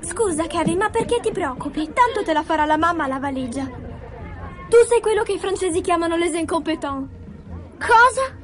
Scusa, Kevin, ma perché ti preoccupi? Tanto te la farà la mamma la valigia. Tu sei quello che i francesi chiamano les incompetents. Cosa?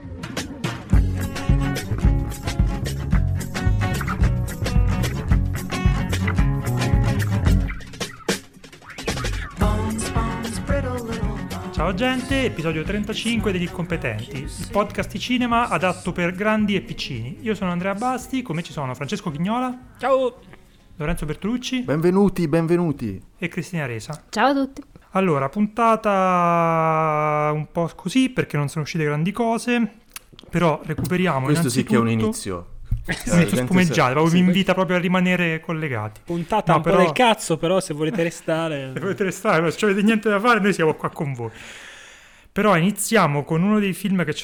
Ciao gente, episodio 35 degli Incompetenti, il podcast di cinema adatto per grandi e piccini. Io sono Andrea Basti, con me ci sono Francesco Chignola. Ciao! Lorenzo Bertolucci. Benvenuti. E Cristina Resa. Ciao a tutti. Allora, puntata un po' così perché non sono uscite grandi cose, però recuperiamo Questo sì che è un innanzitutto... inizio. Inizio spumeggiato, proprio vi invita proprio a rimanere collegati. Puntata un po' del cazzo, però se volete restare... Se volete restare, se avete niente da fare, noi siamo qua con voi. Però iniziamo con uno dei film a cui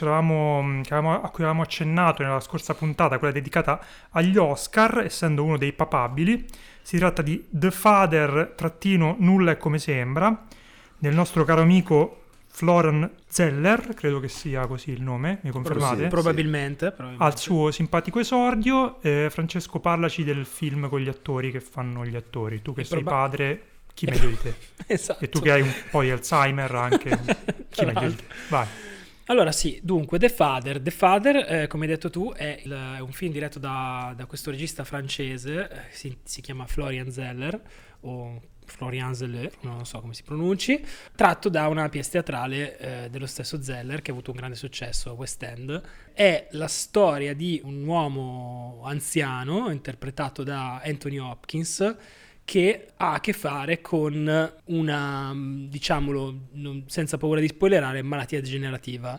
avevamo accennato nella scorsa puntata, quella dedicata agli Oscar, essendo uno dei papabili. Si tratta di The Father - Nulla è come sembra, del nostro caro amico Florian Zeller, credo che sia così il nome, mi confermate? Sì, probabilmente. Al suo simpatico esordio. Francesco, parlaci del film con gli attori che fanno gli attori. Tu che sei padre... Chi meglio di te? Esatto. E tu che hai un po' di Alzheimer anche, chi meglio di te? Vai. Allora sì, dunque The Father, come hai detto tu, è un film diretto da questo regista francese, si chiama Florian Zeller, o Florian Zeller, non so come si pronunci, tratto da una pièce teatrale dello stesso Zeller, che ha avuto un grande successo a West End. È la storia di un uomo anziano, interpretato da Anthony Hopkins, che ha a che fare con una, diciamolo senza paura di spoilerare, malattia degenerativa.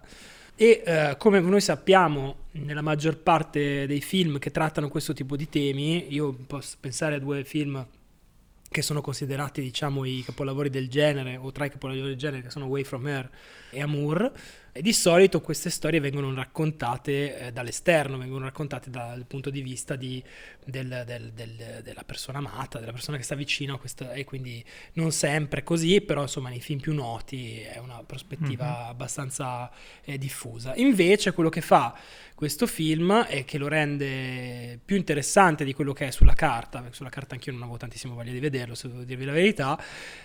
E come noi sappiamo, nella maggior parte dei film che trattano questo tipo di temi, io posso pensare a due film che sono considerati, diciamo, i capolavori del genere, o tra i capolavori del genere, che sono Away From Her e Amour. E di solito queste storie vengono raccontate dall'esterno, vengono raccontate dal punto di vista della persona amata, della persona che sta vicino a questa, e quindi non sempre così, però insomma nei film più noti è una prospettiva abbastanza diffusa. Invece quello che fa questo film è che lo rende più interessante di quello che è sulla carta, perché sulla carta anch'io non avevo tantissimo voglia di vederlo, se devo dirvi la verità,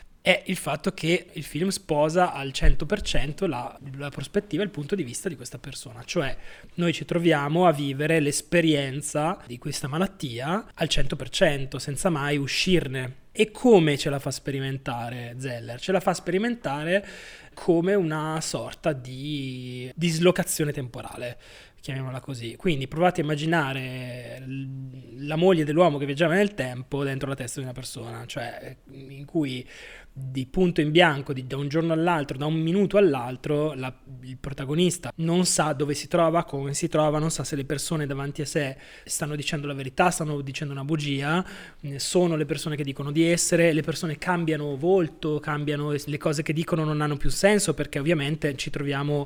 è il fatto che il film sposa al 100% la prospettiva e il punto di vista di questa persona. Cioè noi ci troviamo a vivere l'esperienza di questa malattia al 100%, senza mai uscirne. E come ce la fa sperimentare Zeller? Ce la fa sperimentare come una sorta di dislocazione temporale, chiamiamola così. Quindi provate a immaginare la moglie dell'uomo che viaggiava nel tempo dentro la testa di una persona, cioè in cui di punto in bianco, da un giorno all'altro, da un minuto all'altro, il protagonista non sa dove si trova, come si trova, non sa se le persone davanti a sé stanno dicendo la verità, stanno dicendo una bugia, sono le persone che dicono di essere, le persone cambiano volto, cambiano, le cose che dicono non hanno più senso, perché ovviamente ci troviamo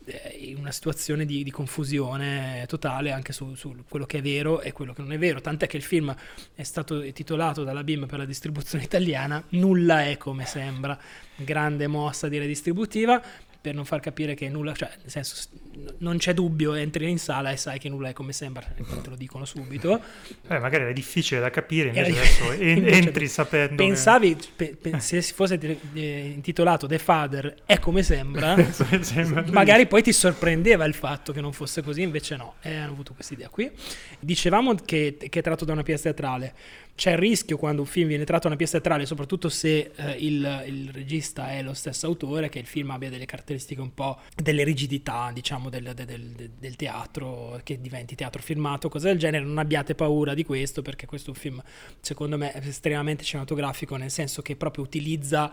in una situazione di confusione totale anche su quello che è vero e quello che non è vero, tant'è che il film è stato titolato dalla BIM per la distribuzione italiana Nulla è come sembra, grande mossa direi distributiva, per non far capire che nulla, cioè nel senso non c'è dubbio, entri in sala e sai che nulla è come sembra, te lo dicono subito. Magari era difficile da capire, invece adesso entri sapendo. Pensavi se si fosse intitolato The Father è come sembra, magari poi ti sorprendeva il fatto che non fosse così, invece no, hanno avuto questa idea qui. Dicevamo che è tratto da una pièce teatrale. C'è il rischio quando un film viene tratto da una pièce teatrale, soprattutto se il regista è lo stesso autore, che il film abbia delle caratteristiche un po' delle rigidità, diciamo, del teatro, che diventi teatro filmato, cose del genere. Non abbiate paura di questo, perché questo è un film, secondo me, estremamente cinematografico, nel senso che proprio utilizza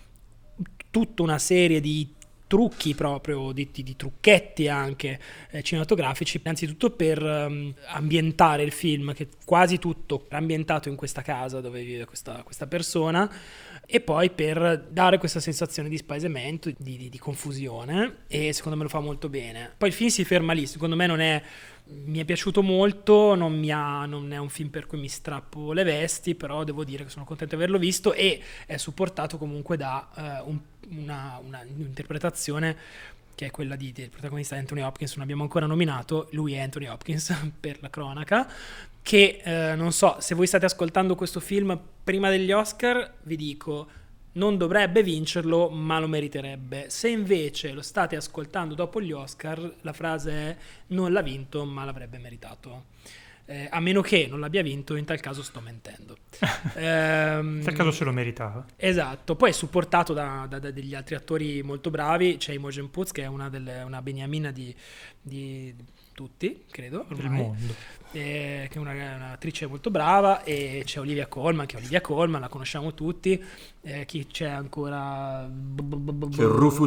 tutta una serie di trucchi proprio, di trucchetti anche cinematografici, innanzitutto per ambientare il film, che quasi tutto è ambientato in questa casa dove vive questa persona, e poi per dare questa sensazione di spaesamento, di confusione, e secondo me lo fa molto bene. Poi il film si ferma lì, secondo me mi è piaciuto molto, non è un film per cui mi strappo le vesti, però devo dire che sono contento di averlo visto, e è supportato comunque da un'interpretazione che è quella del protagonista Anthony Hopkins. Non abbiamo ancora nominato, lui è Anthony Hopkins per la cronaca, che non so, se voi state ascoltando questo film prima degli Oscar, vi dico, non dovrebbe vincerlo, ma lo meriterebbe. Se invece lo state ascoltando dopo gli Oscar, la frase è: non l'ha vinto, ma l'avrebbe meritato. A meno che non l'abbia vinto, in tal caso sto mentendo. In tal caso se lo meritava. Esatto. Poi è supportato da degli altri attori molto bravi. C'è Imogen Poots, che è una beniamina di tutti, credo, ormai. Del mondo. Che è un'attrice molto brava, e c'è Olivia Colman, la conosciamo tutti. Chi c'è ancora? C'è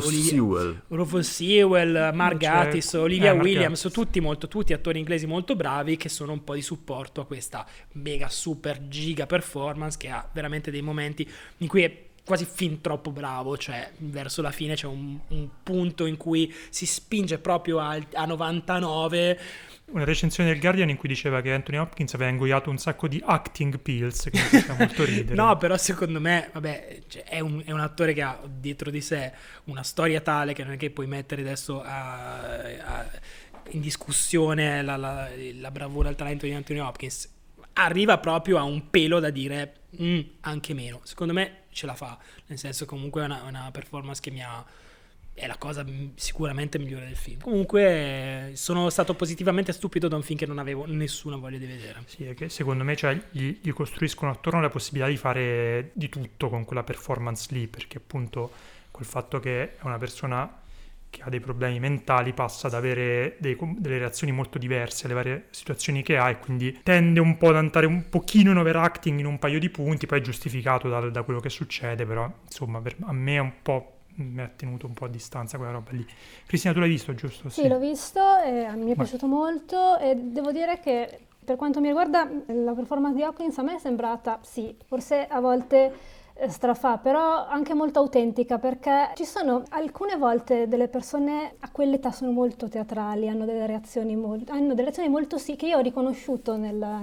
Rufus Sewell, Mark Gatiss, Olivia Williams, Gatiss. tutti attori inglesi molto bravi, che sono un po' di supporto a questa mega super giga performance, che ha veramente dei momenti in cui è quasi fin troppo bravo, cioè verso la fine c'è un punto in cui si spinge proprio a 99. Una recensione del Guardian in cui diceva che Anthony Hopkins aveva ingoiato un sacco di acting pills, che mi faceva molto ridere. No, però secondo me, vabbè, cioè, è un attore che ha dietro di sé una storia tale che non è che puoi mettere adesso in discussione la bravura e il talento di Anthony Hopkins. Arriva proprio a un pelo da dire anche meno. Secondo me ce la fa, nel senso, comunque è una performance che è la cosa sicuramente migliore del film. Comunque sono stato positivamente stupito da un film che non avevo nessuna voglia di vedere. Sì, è che secondo me, cioè, gli costruiscono attorno la possibilità di fare di tutto con quella performance lì, perché appunto col fatto che è una persona che ha dei problemi mentali passa ad avere delle reazioni molto diverse alle varie situazioni che ha, e quindi tende un po' ad andare un pochino in overacting in un paio di punti, poi è giustificato da quello che succede, però insomma a me è un po', mi ha tenuto un po' a distanza quella roba lì. Cristina, tu l'hai visto, giusto? Sì, l'ho visto e mi è piaciuto molto, e devo dire che per quanto mi riguarda la performance di Hopkins a me è sembrata, sì, forse a volte strafà, però anche molto autentica, perché ci sono alcune volte delle persone a quell'età sono molto teatrali, hanno delle reazioni molto sì, che io ho riconosciuto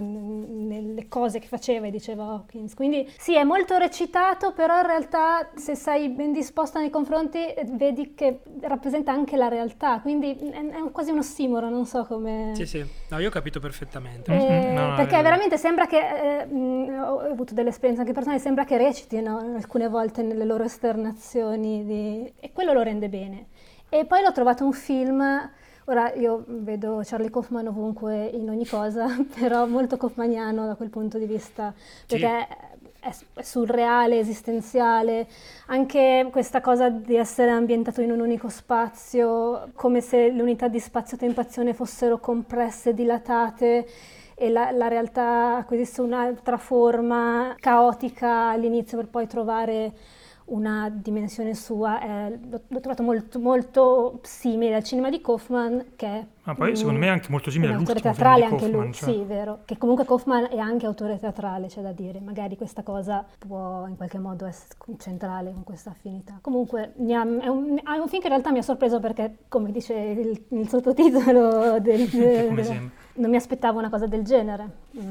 nelle cose che faceva e diceva Hopkins, quindi sì, è molto recitato, però in realtà se sei ben disposta nei confronti vedi che rappresenta anche la realtà, quindi è quasi un ossimoro, non so come... Sì, no, io ho capito perfettamente. Perché veramente sembra che ho avuto delle esperienze anche personali, sembra che recitino alcune volte nelle loro esternazioni e quello lo rende bene. E poi l'ho trovato un film, ora io vedo Charlie Kaufman ovunque in ogni cosa, però molto kaufmaniano da quel punto di vista, perché è surreale, esistenziale, anche questa cosa di essere ambientato in un unico spazio, come se le unità di spazio-tempo-azione fossero compresse, dilatate, e la realtà acquisisse un'altra forma caotica all'inizio per poi trovare una dimensione sua. L'ho trovato molto, molto simile al cinema di Kaufman, che è poi secondo me è anche molto simile all'ultimo film teatrale, di anche Kaufman, lui, cioè. sì, vero, che comunque Kaufman è anche autore teatrale, c'è da dire, magari questa cosa può in qualche modo essere centrale con questa affinità. Comunque è un film che in realtà mi ha sorpreso, perché, come dice il sottotitolo Come sembra. non mi aspettavo una cosa del genere,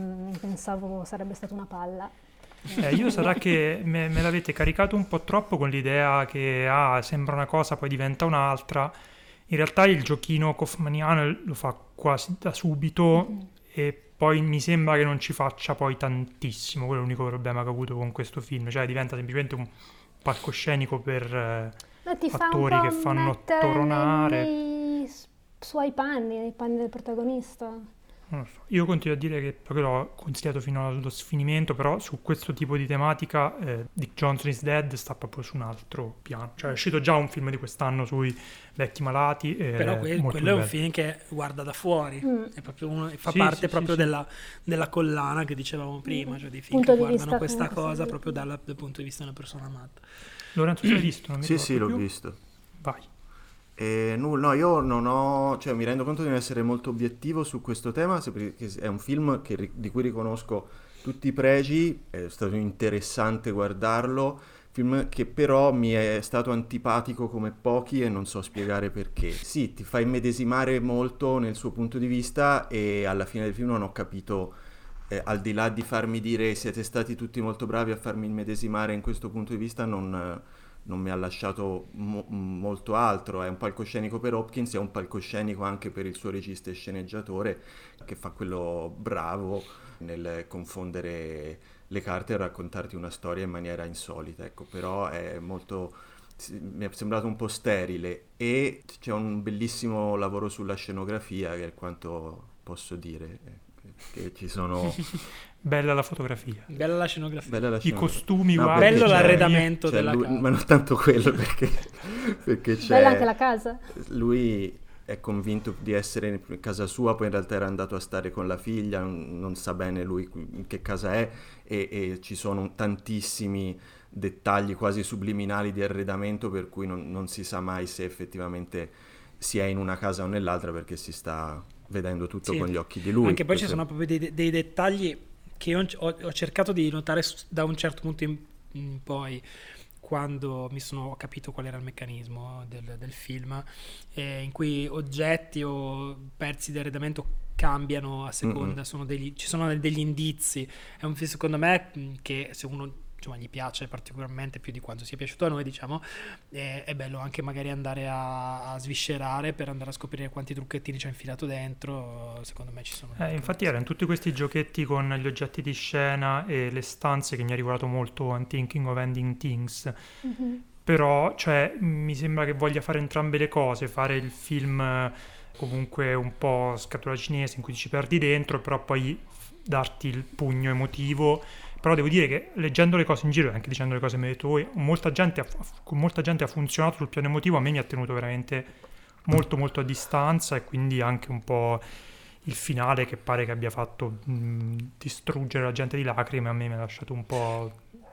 pensavo sarebbe stata una palla. Io sarà che me l'avete caricato un po' troppo con l'idea che sembra una cosa, poi diventa un'altra. In realtà il giochino kaufmaniano lo fa quasi da subito, e poi mi sembra che non ci faccia poi tantissimo. Quello è l'unico problema che ho avuto con questo film, cioè diventa semplicemente un palcoscenico per attori che fanno toronare. Nei suoi panni, nei panni del protagonista. Non lo so. Io continuo a dire che proprio l'ho consigliato fino allo sfinimento, però su questo tipo di tematica Dick Johnson is Dead sta proprio su un altro piano. Cioè è uscito già un film di quest'anno sui vecchi malati, però quello è un film che guarda da fuori, è proprio fa parte proprio della collana che dicevamo prima, cioè dei film che guardano questa cosa proprio dal punto di vista di una persona matta. Lorenzo, tu l'hai visto? Non mi sì, l'ho visto. Vai. No, io non ho, cioè mi rendo conto di non essere molto obiettivo su questo tema, perché è un film di cui riconosco tutti i pregi, è stato interessante guardarlo, film che però mi è stato antipatico come pochi e non so spiegare perché. Sì, ti fa immedesimare molto nel suo punto di vista, e alla fine del film non ho capito, al di là di farmi dire siete stati tutti molto bravi a farmi immedesimare in questo punto di vista, non mi ha lasciato molto altro. È un palcoscenico per Hopkins, è un palcoscenico anche per il suo regista e sceneggiatore, che fa quello bravo, nel confondere le carte e raccontarti una storia in maniera insolita, ecco, però è molto... mi è sembrato un po' sterile e c'è un bellissimo lavoro sulla scenografia, che è quanto posso dire, che ci sono... Bella la fotografia. Bella la scenografia. Bella la I scenografia. costumi, No, guarda. perché Bello c'è- l'arredamento c'è della lui- casa. ma non tanto quello, perché c'è... Bella anche la casa. Lui è convinto di essere in casa sua, poi in realtà era andato a stare con la figlia, non sa bene lui in che casa è, e ci sono tantissimi dettagli quasi subliminali di arredamento, per cui non si sa mai se effettivamente si è in una casa o nell'altra, perché si sta vedendo tutto Sì. con gli occhi di lui. Anche poi ci Questo- sono proprio dei dettagli che ho cercato di notare da un certo punto in poi, quando ho capito qual era il meccanismo del film, in cui oggetti o pezzi di arredamento cambiano a seconda, ci sono degli indizi. È un film, secondo me, che se uno insomma gli piace particolarmente, più di quanto sia piaciuto a noi, diciamo, è bello anche magari andare a sviscerare per andare a scoprire quanti trucchettini ci ha infilato dentro. Secondo me ci sono Infatti erano tutti questi giochetti con gli oggetti di scena e le stanze che mi ha ricordato molto I'm Thinking of Ending Things. Però, cioè, mi sembra che voglia fare entrambe le cose, fare il film comunque un po' scatola cinese in cui ci perdi dentro, però poi darti il pugno emotivo. Però devo dire che leggendo le cose in giro e anche dicendo le cose che mi hai detto voi, con molta gente ha funzionato sul piano emotivo. A me mi ha tenuto veramente molto molto a distanza, e quindi anche un po' il finale, che pare che abbia fatto distruggere la gente di lacrime, a me mi ha lasciato un po'...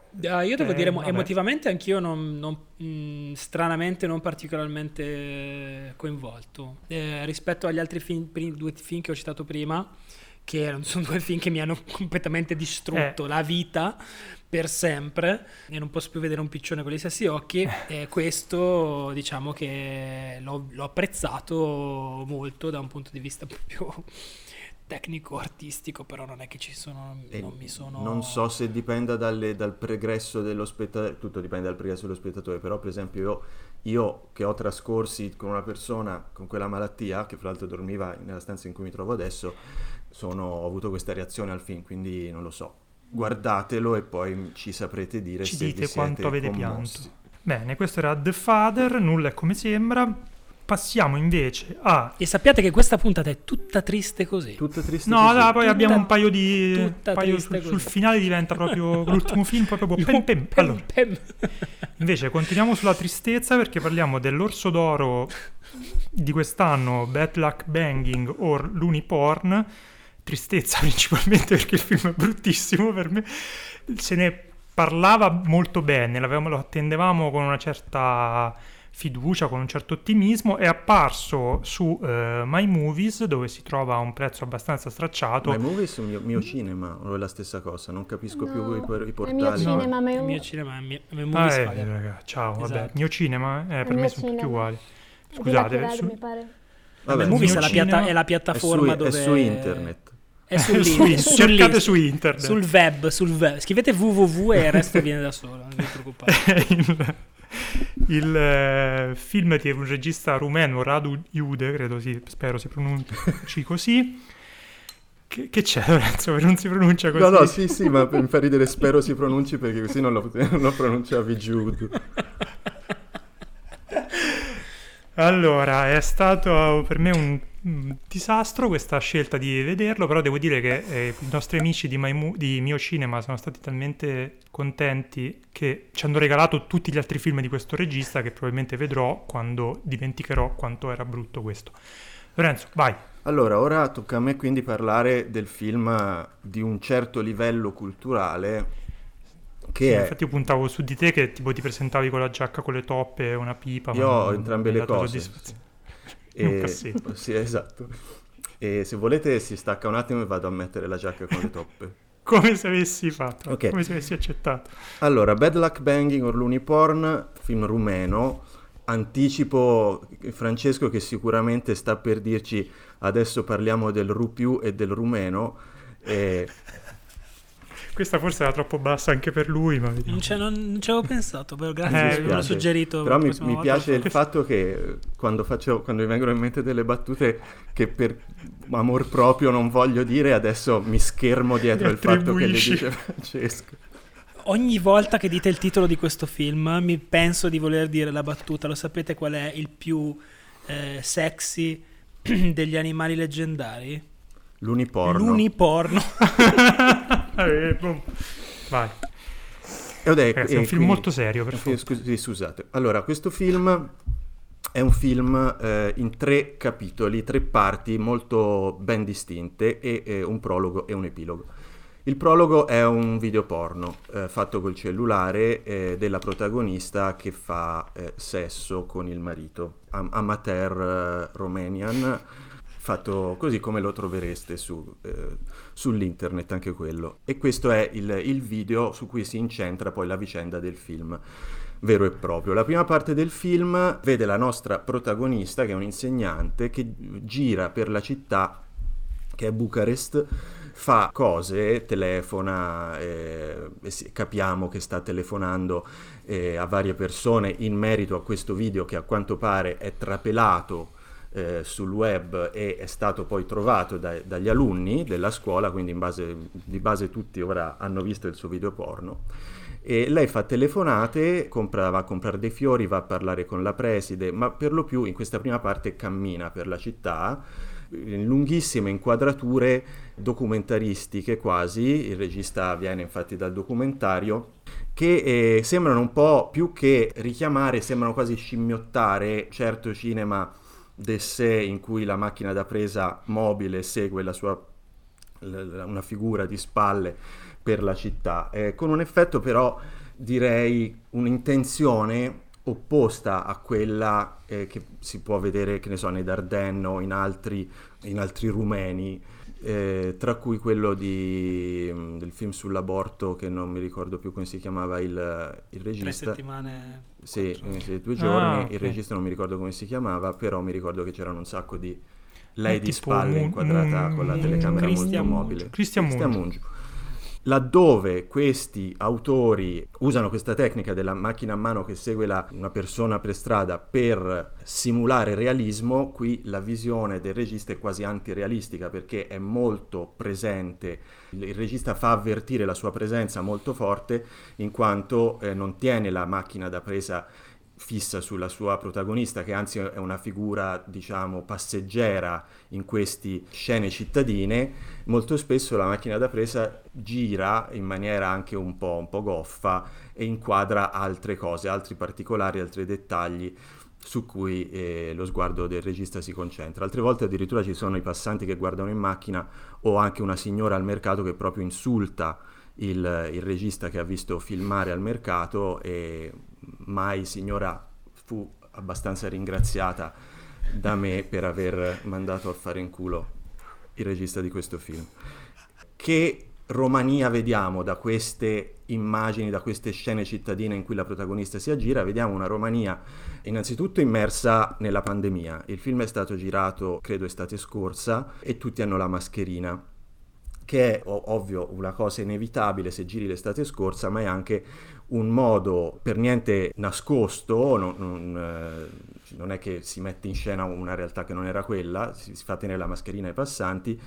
Io devo dire, vabbè. emotivamente anch'io stranamente non particolarmente coinvolto rispetto agli altri due film che ho citato prima, che sono due film che mi hanno completamente distrutto la vita per sempre, e non posso più vedere un piccione con gli stessi occhi. Questo, diciamo che l'ho apprezzato molto da un punto di vista proprio tecnico-artistico, però non è che ci sono, Non so se dipenda dal pregresso dello spettatore, tutto dipende dal pregresso dello spettatore, però per esempio io che ho trascorsi con una persona con quella malattia, che fra l'altro dormiva nella stanza in cui mi trovo adesso, ho avuto questa reazione al film, quindi non lo so. Guardatelo e poi ci saprete dire Ci se dite vi siete quanto avete commossi. pianto. Bene, questo era The Father, nulla è come sembra. Passiamo invece a... E sappiate che questa puntata è tutta triste così. Tutto triste No, così. dai, poi abbiamo un paio di... tutta triste sul così. finale diventa proprio l'ultimo film, proprio pem, pem. Allora, invece continuiamo sulla tristezza, perché parliamo dell'Orso d'Oro di quest'anno, Bad Luck Banging or Looney Porn. Tristezza principalmente perché il film è bruttissimo per me. Se ne parlava molto bene, lo attendevamo con una certa fiducia, con un certo ottimismo. È apparso su My Movies, dove si trova a un prezzo abbastanza stracciato. My Movies o mio cinema, o è la stessa cosa? Non capisco più i È portali. mio cinema, ma Il è mio un... cinema, il mio Ah, Movies Father. raga, ciao, vabbè. Esatto. Mio cinema, per mio me sono tutti cinema. uguali. di Scusate, Lucky Red, mi pare. Vabbè, Il Movies mio è la, cinema è la piattaforma è dove... su internet. È cercate su internet. Sul web. Scrivete www e il resto viene da solo, non vi preoccupate. il film di un regista rumeno, Radu Jude, spero si pronunci così. Che c'è, Lorenzo? Non si pronuncia così? No, sì, ma mi fa ridere, spero si pronunci, perché così non lo pronunciavi Jude. Allora, è stato per me un disastro questa scelta di vederlo, però devo dire che i nostri amici di Mio Cinema sono stati talmente contenti che ci hanno regalato tutti gli altri film di questo regista, che probabilmente vedrò quando dimenticherò quanto era brutto questo. Lorenzo, vai. Allora, ora tocca a me quindi parlare del film di un certo livello culturale, che è... Infatti io puntavo su di te, che tipo ti presentavi con la giacca con le toppe e una pipa. Io ma ho non entrambe mi le ha dato cose. soddisfazione. Un cassetto. Sì, esatto. E se volete si stacca un attimo e vado a mettere la giacca con le toppe. Come se avessi fatto, Ok. come se avessi accettato. Allora, Bad Luck Banging or Looney Porn, film rumeno. Anticipo Francesco che sicuramente sta per dirci adesso parliamo del rupiù e del rumeno. Questa forse era troppo bassa anche per lui, ma vediamo. Non ci avevo pensato, però grazie Mi per averlo dispiace. suggerito. Però la mi prossima volta piace lo il fatto che quando mi vengono in mente delle battute che per amor proprio non voglio dire, adesso mi schermo dietro Li il fatto che le attribuisci. dice Francesco. Ogni volta che dite il titolo di questo film mi penso di voler dire la battuta. Lo sapete qual è il più sexy degli animali leggendari? L'uniporno. L'uniporno. Boom. Vai. Ragazzi, Ragazzi, è un film molto serio, per favore. Scusate. Allora, questo film è un film in 3 capitoli, 3 parti molto ben distinte e un prologo e un epilogo. Il prologo è un video porno fatto col cellulare della protagonista che fa sesso con il marito, amateur Romanian, fatto così come lo trovereste sull'internet anche quello. E questo è il video su cui si incentra poi la vicenda del film vero e proprio. La prima parte del film vede la nostra protagonista, che è un insegnante, che gira per la città, che è Bucarest, fa cose, telefona, capiamo che sta telefonando a varie persone in merito a questo video che a quanto pare è trapelato sul web e è stato poi trovato dagli alunni della scuola, quindi di base tutti ora hanno visto il suo video porno. E lei fa telefonate, va a comprare dei fiori, va a parlare con la preside, ma per lo più in questa prima parte cammina per la città, in lunghissime inquadrature documentaristiche quasi. Il regista viene infatti dal documentario, che sembrano un po' più che richiamare, sembrano quasi scimmiottare certo cinema d'essai in cui la macchina da presa mobile segue una figura di spalle per la città, con un effetto però direi un'intenzione opposta a quella che si può vedere, che ne so, nei Dardenne o in altri rumeni, tra cui quello del film sull'aborto che non mi ricordo più come si chiamava il regista. 3 settimane. Sì, 2 giorni, ok. il regista non mi ricordo come si chiamava, però mi ricordo che c'erano un sacco di lei di tipo spalle inquadrata con la telecamera Christian molto Mungiu. mobile. Christian Mungiu. Mungiu. Laddove questi autori usano questa tecnica della macchina a mano che segue una persona per strada per simulare realismo, qui la visione del regista è quasi antirealistica perché è molto presente. Il regista fa avvertire la sua presenza molto forte in quanto non tiene la macchina da presa fissa sulla sua protagonista, che anzi è una figura, diciamo, passeggera in queste scene cittadine. Molto spesso la macchina da presa gira in maniera anche un po' goffa e inquadra altre cose, altri particolari, altri dettagli su cui lo sguardo del regista si concentra. Altre volte addirittura ci sono i passanti che guardano in macchina o anche una signora al mercato che proprio insulta il regista che ha visto filmare al mercato, e mai signora fu abbastanza ringraziata da me per aver mandato a fare in culo il regista di questo film. Che Romania vediamo da queste immagini, da queste scene cittadine in cui la protagonista si aggira? Vediamo una Romania innanzitutto immersa nella pandemia. Il film è stato girato credo estate scorsa e tutti hanno la mascherina, che è ovvio una cosa inevitabile se giri l'estate scorsa, ma è anche un modo per niente nascosto, non è che si mette in scena una realtà che non era quella, si fa tenere la mascherina ai passanti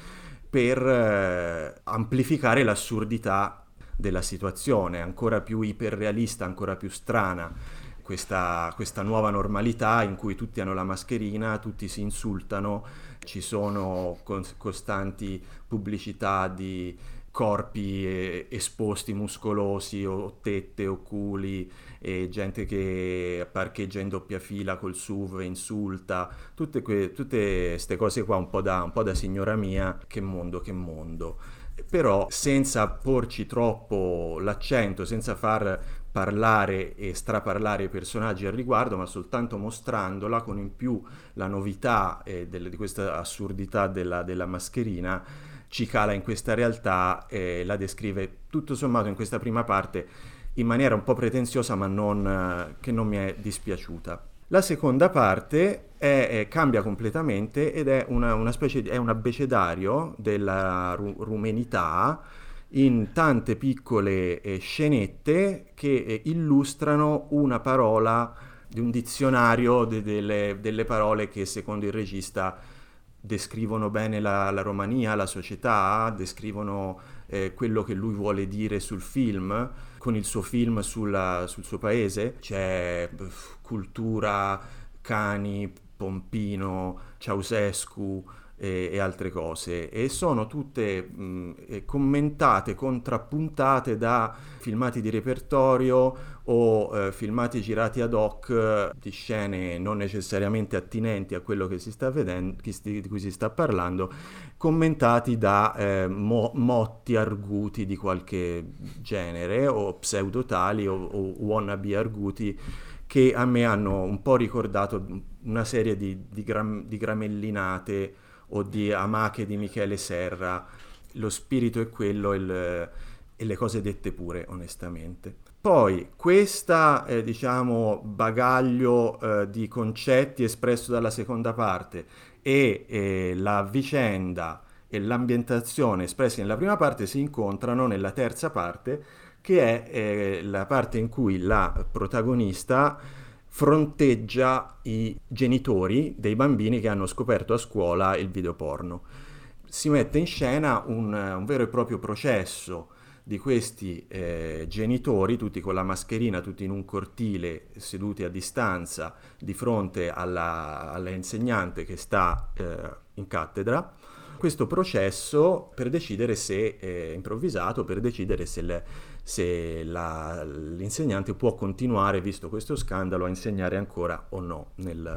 per amplificare l'assurdità della situazione, ancora più iperrealista, ancora più strana, questa nuova normalità in cui tutti hanno la mascherina, tutti si insultano, ci sono costanti pubblicità di corpi esposti, muscolosi, o tette o culi, e gente che parcheggia in doppia fila col SUV e insulta, tutte queste cose qua un po' da signora mia, che mondo. Però senza porci troppo l'accento, senza far parlare e straparlare i personaggi al riguardo, ma soltanto mostrandola con in più la novità di questa assurdità della mascherina, ci cala in questa realtà e la descrive tutto sommato in questa prima parte in maniera un po' pretenziosa, ma che non mi è dispiaciuta. La seconda parte cambia completamente ed è una specie è un abbecedario della rumenità in tante piccole scenette che illustrano una parola di un dizionario delle parole che secondo il regista descrivono bene la Romania, la società, descrivono quello che lui vuole dire sul film, con il suo film sul suo paese. C'è cultura, cani, Pompino, Ceausescu e altre cose, e sono tutte commentate, contrappuntate da filmati di repertorio o filmati girati ad hoc di scene non necessariamente attinenti a quello che si sta vedendo, di cui si sta parlando, commentati da motti arguti di qualche genere o pseudotali o wannabe arguti, che a me hanno un po' ricordato una serie di gramellinate o di amache di Michele Serra. Lo spirito è quello e le cose dette pure, onestamente. Poi questa, diciamo, bagaglio di concetti espresso dalla seconda parte e la vicenda e l'ambientazione espressi nella prima parte si incontrano nella terza parte, che è la parte in cui la protagonista fronteggia i genitori dei bambini che hanno scoperto a scuola il videoporno. Si mette in scena un vero e proprio processo di questi genitori, tutti con la mascherina, tutti in un cortile, seduti a distanza di fronte alla insegnante che sta in cattedra. Questo processo per decidere se, improvvisato, per decidere se l'insegnante può continuare, visto questo scandalo, a insegnare ancora o no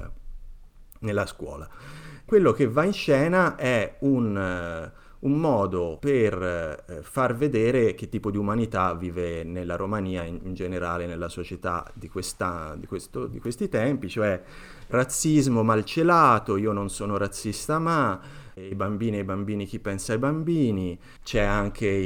nella scuola. Quello che va in scena è un modo per far vedere che tipo di umanità vive nella Romania, in generale nella società di questi tempi, cioè razzismo malcelato, io non sono razzista ma... I bambini, chi pensa ai bambini? C'è anche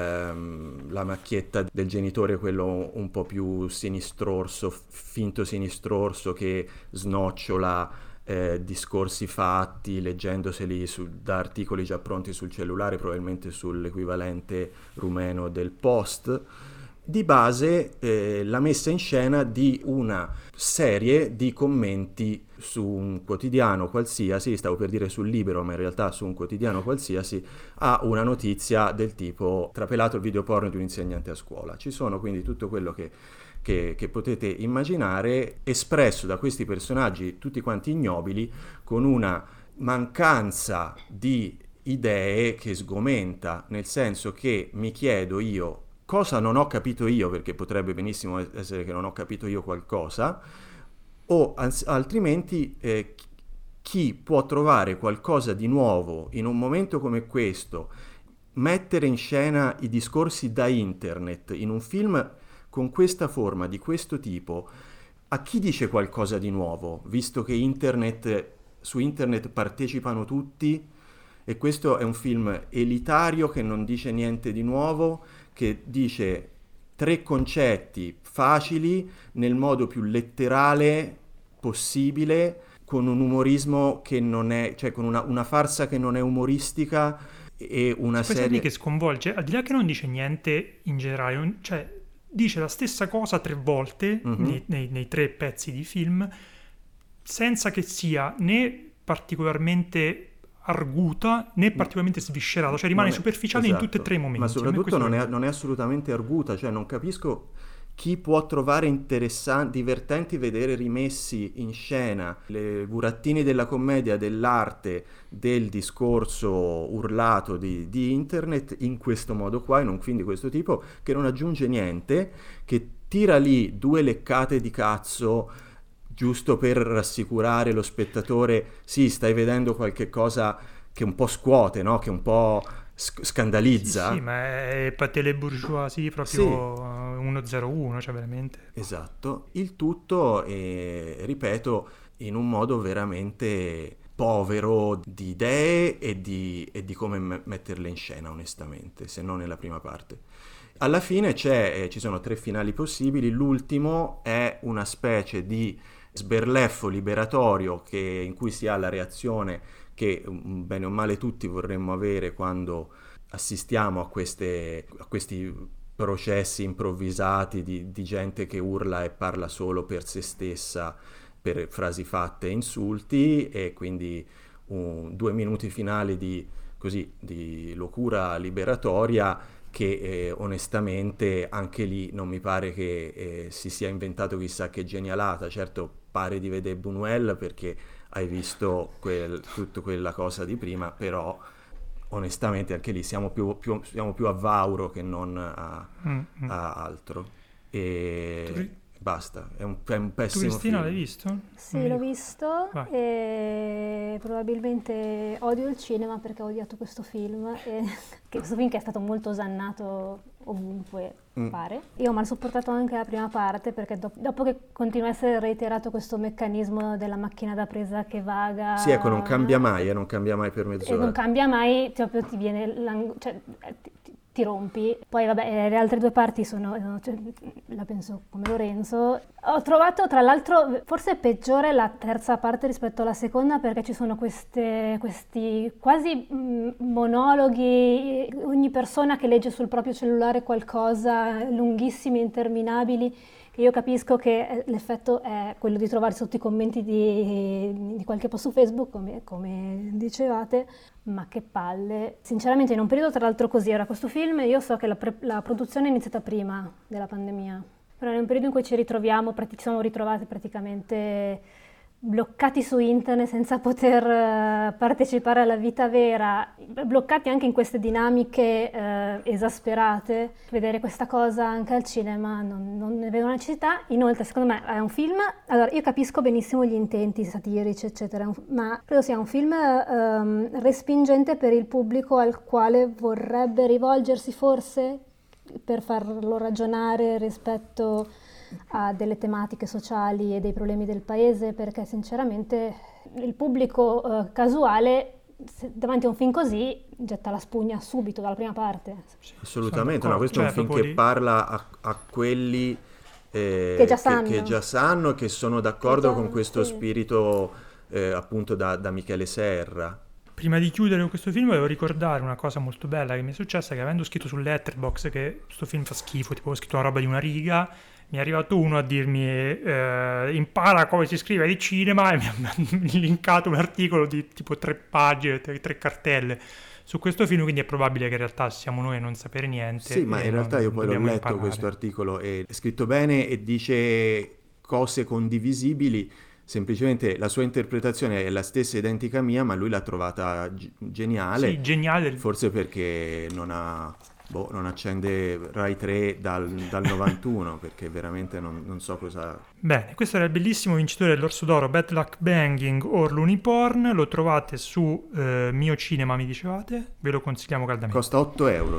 la macchietta del genitore, quello un po' più sinistrorso, finto sinistrorso, che snocciola discorsi fatti, leggendoseli da articoli già pronti sul cellulare, probabilmente sull'equivalente rumeno del Post. Di base la messa in scena di una serie di commenti su un quotidiano qualsiasi, stavo per dire sul Libero, ma in realtà su un quotidiano qualsiasi, a una notizia del tipo trapelato il videoporno di un insegnante a scuola. Ci sono quindi tutto quello che potete immaginare espresso da questi personaggi tutti quanti ignobili, con una mancanza di idee che sgomenta, nel senso che mi chiedo io cosa non ho capito io, perché potrebbe benissimo essere che non ho capito io qualcosa, o altrimenti chi può trovare qualcosa di nuovo in un momento come questo, mettere in scena i discorsi da internet in un film con questa forma, di questo tipo, a chi dice qualcosa di nuovo, visto che su internet partecipano tutti, e questo è un film elitario che non dice niente di nuovo, che dice 3 concetti facili nel modo più letterale possibile, con un umorismo che non è, cioè con una farsa che non è umoristica e una serie che sconvolge, al di là che non dice niente in generale, cioè dice la stessa cosa 3 volte nei 3 pezzi di film, senza che sia né particolarmente arguta né particolarmente sviscerata, cioè rimane superficiale, esatto, in tutti e 3 i momenti. Ma soprattutto non è assolutamente arguta, cioè non capisco chi può trovare divertenti vedere rimessi in scena le burattini della commedia, dell'arte, del discorso urlato di internet in questo modo qua, in un film di questo tipo, che non aggiunge niente, che tira lì 2 leccate di cazzo giusto per rassicurare lo spettatore, sì, stai vedendo qualche cosa che un po' scuote, no? Che un po' scandalizza. Sì, ma è Patel bourgeoisie proprio, sì. 101, cioè veramente. Esatto. Il tutto, ripeto, in un modo veramente povero di idee e di come metterle in scena, onestamente, se non nella prima parte. Alla fine ci sono 3 finali possibili, l'ultimo è una specie di sberleffo liberatorio in cui si ha la reazione che bene o male tutti vorremmo avere quando assistiamo a questi processi improvvisati di gente che urla e parla solo per se stessa, per frasi fatte e insulti, e quindi 2 minuti finali di locura liberatoria che onestamente anche lì non mi pare che si sia inventato chissà che genialata. Certo, pare di vedere Buñuel perché hai visto tutta quella cosa di prima, però onestamente anche lì siamo più a Vauro che non a altro. E basta, è un pessimo Tu Cristina film. l'hai visto? Sì, l'ho visto. Vai. E probabilmente odio il cinema perché ho odiato questo film, questo film che è stato molto osannato ovunque, pare. Io ho mal sopportato anche la prima parte perché dopo che continua a essere reiterato questo meccanismo della macchina da presa che vaga... Sì, ecco, non cambia mai per E mezz'ora. non cambia mai, proprio ti viene... ti rompi. Poi vabbè, le altre 2 parti sono, la penso come Lorenzo. Ho trovato tra l'altro forse peggiore la terza parte rispetto alla seconda perché ci sono questi quasi monologhi, ogni persona che legge sul proprio cellulare qualcosa, lunghissimi, interminabili. Io capisco che l'effetto è quello di trovare sotto i commenti di qualche post su Facebook, come dicevate, ma che palle. Sinceramente in un periodo tra l'altro così, era questo film, io so che la produzione è iniziata prima della pandemia, però in un periodo in cui ci siamo ritrovati praticamente bloccati su internet senza poter partecipare alla vita vera, bloccati anche in queste dinamiche esasperate. Vedere questa cosa anche al cinema non ne vedo necessità. Inoltre secondo me è un film, allora io capisco benissimo gli intenti satirici eccetera, ma credo sia un film respingente per il pubblico al quale vorrebbe rivolgersi forse per farlo ragionare rispetto a delle tematiche sociali e dei problemi del paese, perché sinceramente il pubblico casuale davanti a un film così getta la spugna subito dalla prima parte. Assolutamente, no, questo è un film che parla a quelli che già sanno, che sono d'accordo con questo spirito appunto da Michele Serra. Prima di chiudere con questo film volevo ricordare una cosa molto bella che mi è successa, che avendo scritto su Letterboxd che questo film fa schifo, tipo ho scritto una roba di una riga, mi è arrivato uno a dirmi impara come si scrive di cinema e mi ha linkato un articolo di tipo 3 pagine, 3 cartelle su questo film, quindi è probabile che in realtà siamo noi a non sapere niente. Sì, ma in realtà io poi l'ho letto questo articolo, è scritto bene e dice cose condivisibili, semplicemente la sua interpretazione è la stessa identica mia, ma lui l'ha trovata geniale. Sì, geniale. Forse perché non accende Rai 3 dal 91, perché veramente non so cosa... Bene, questo era il bellissimo vincitore dell'Orso d'Oro, Bad Luck Banging or Luniporn, lo trovate su Mio Cinema, mi dicevate, ve lo consigliamo caldamente. Costa 8 euro.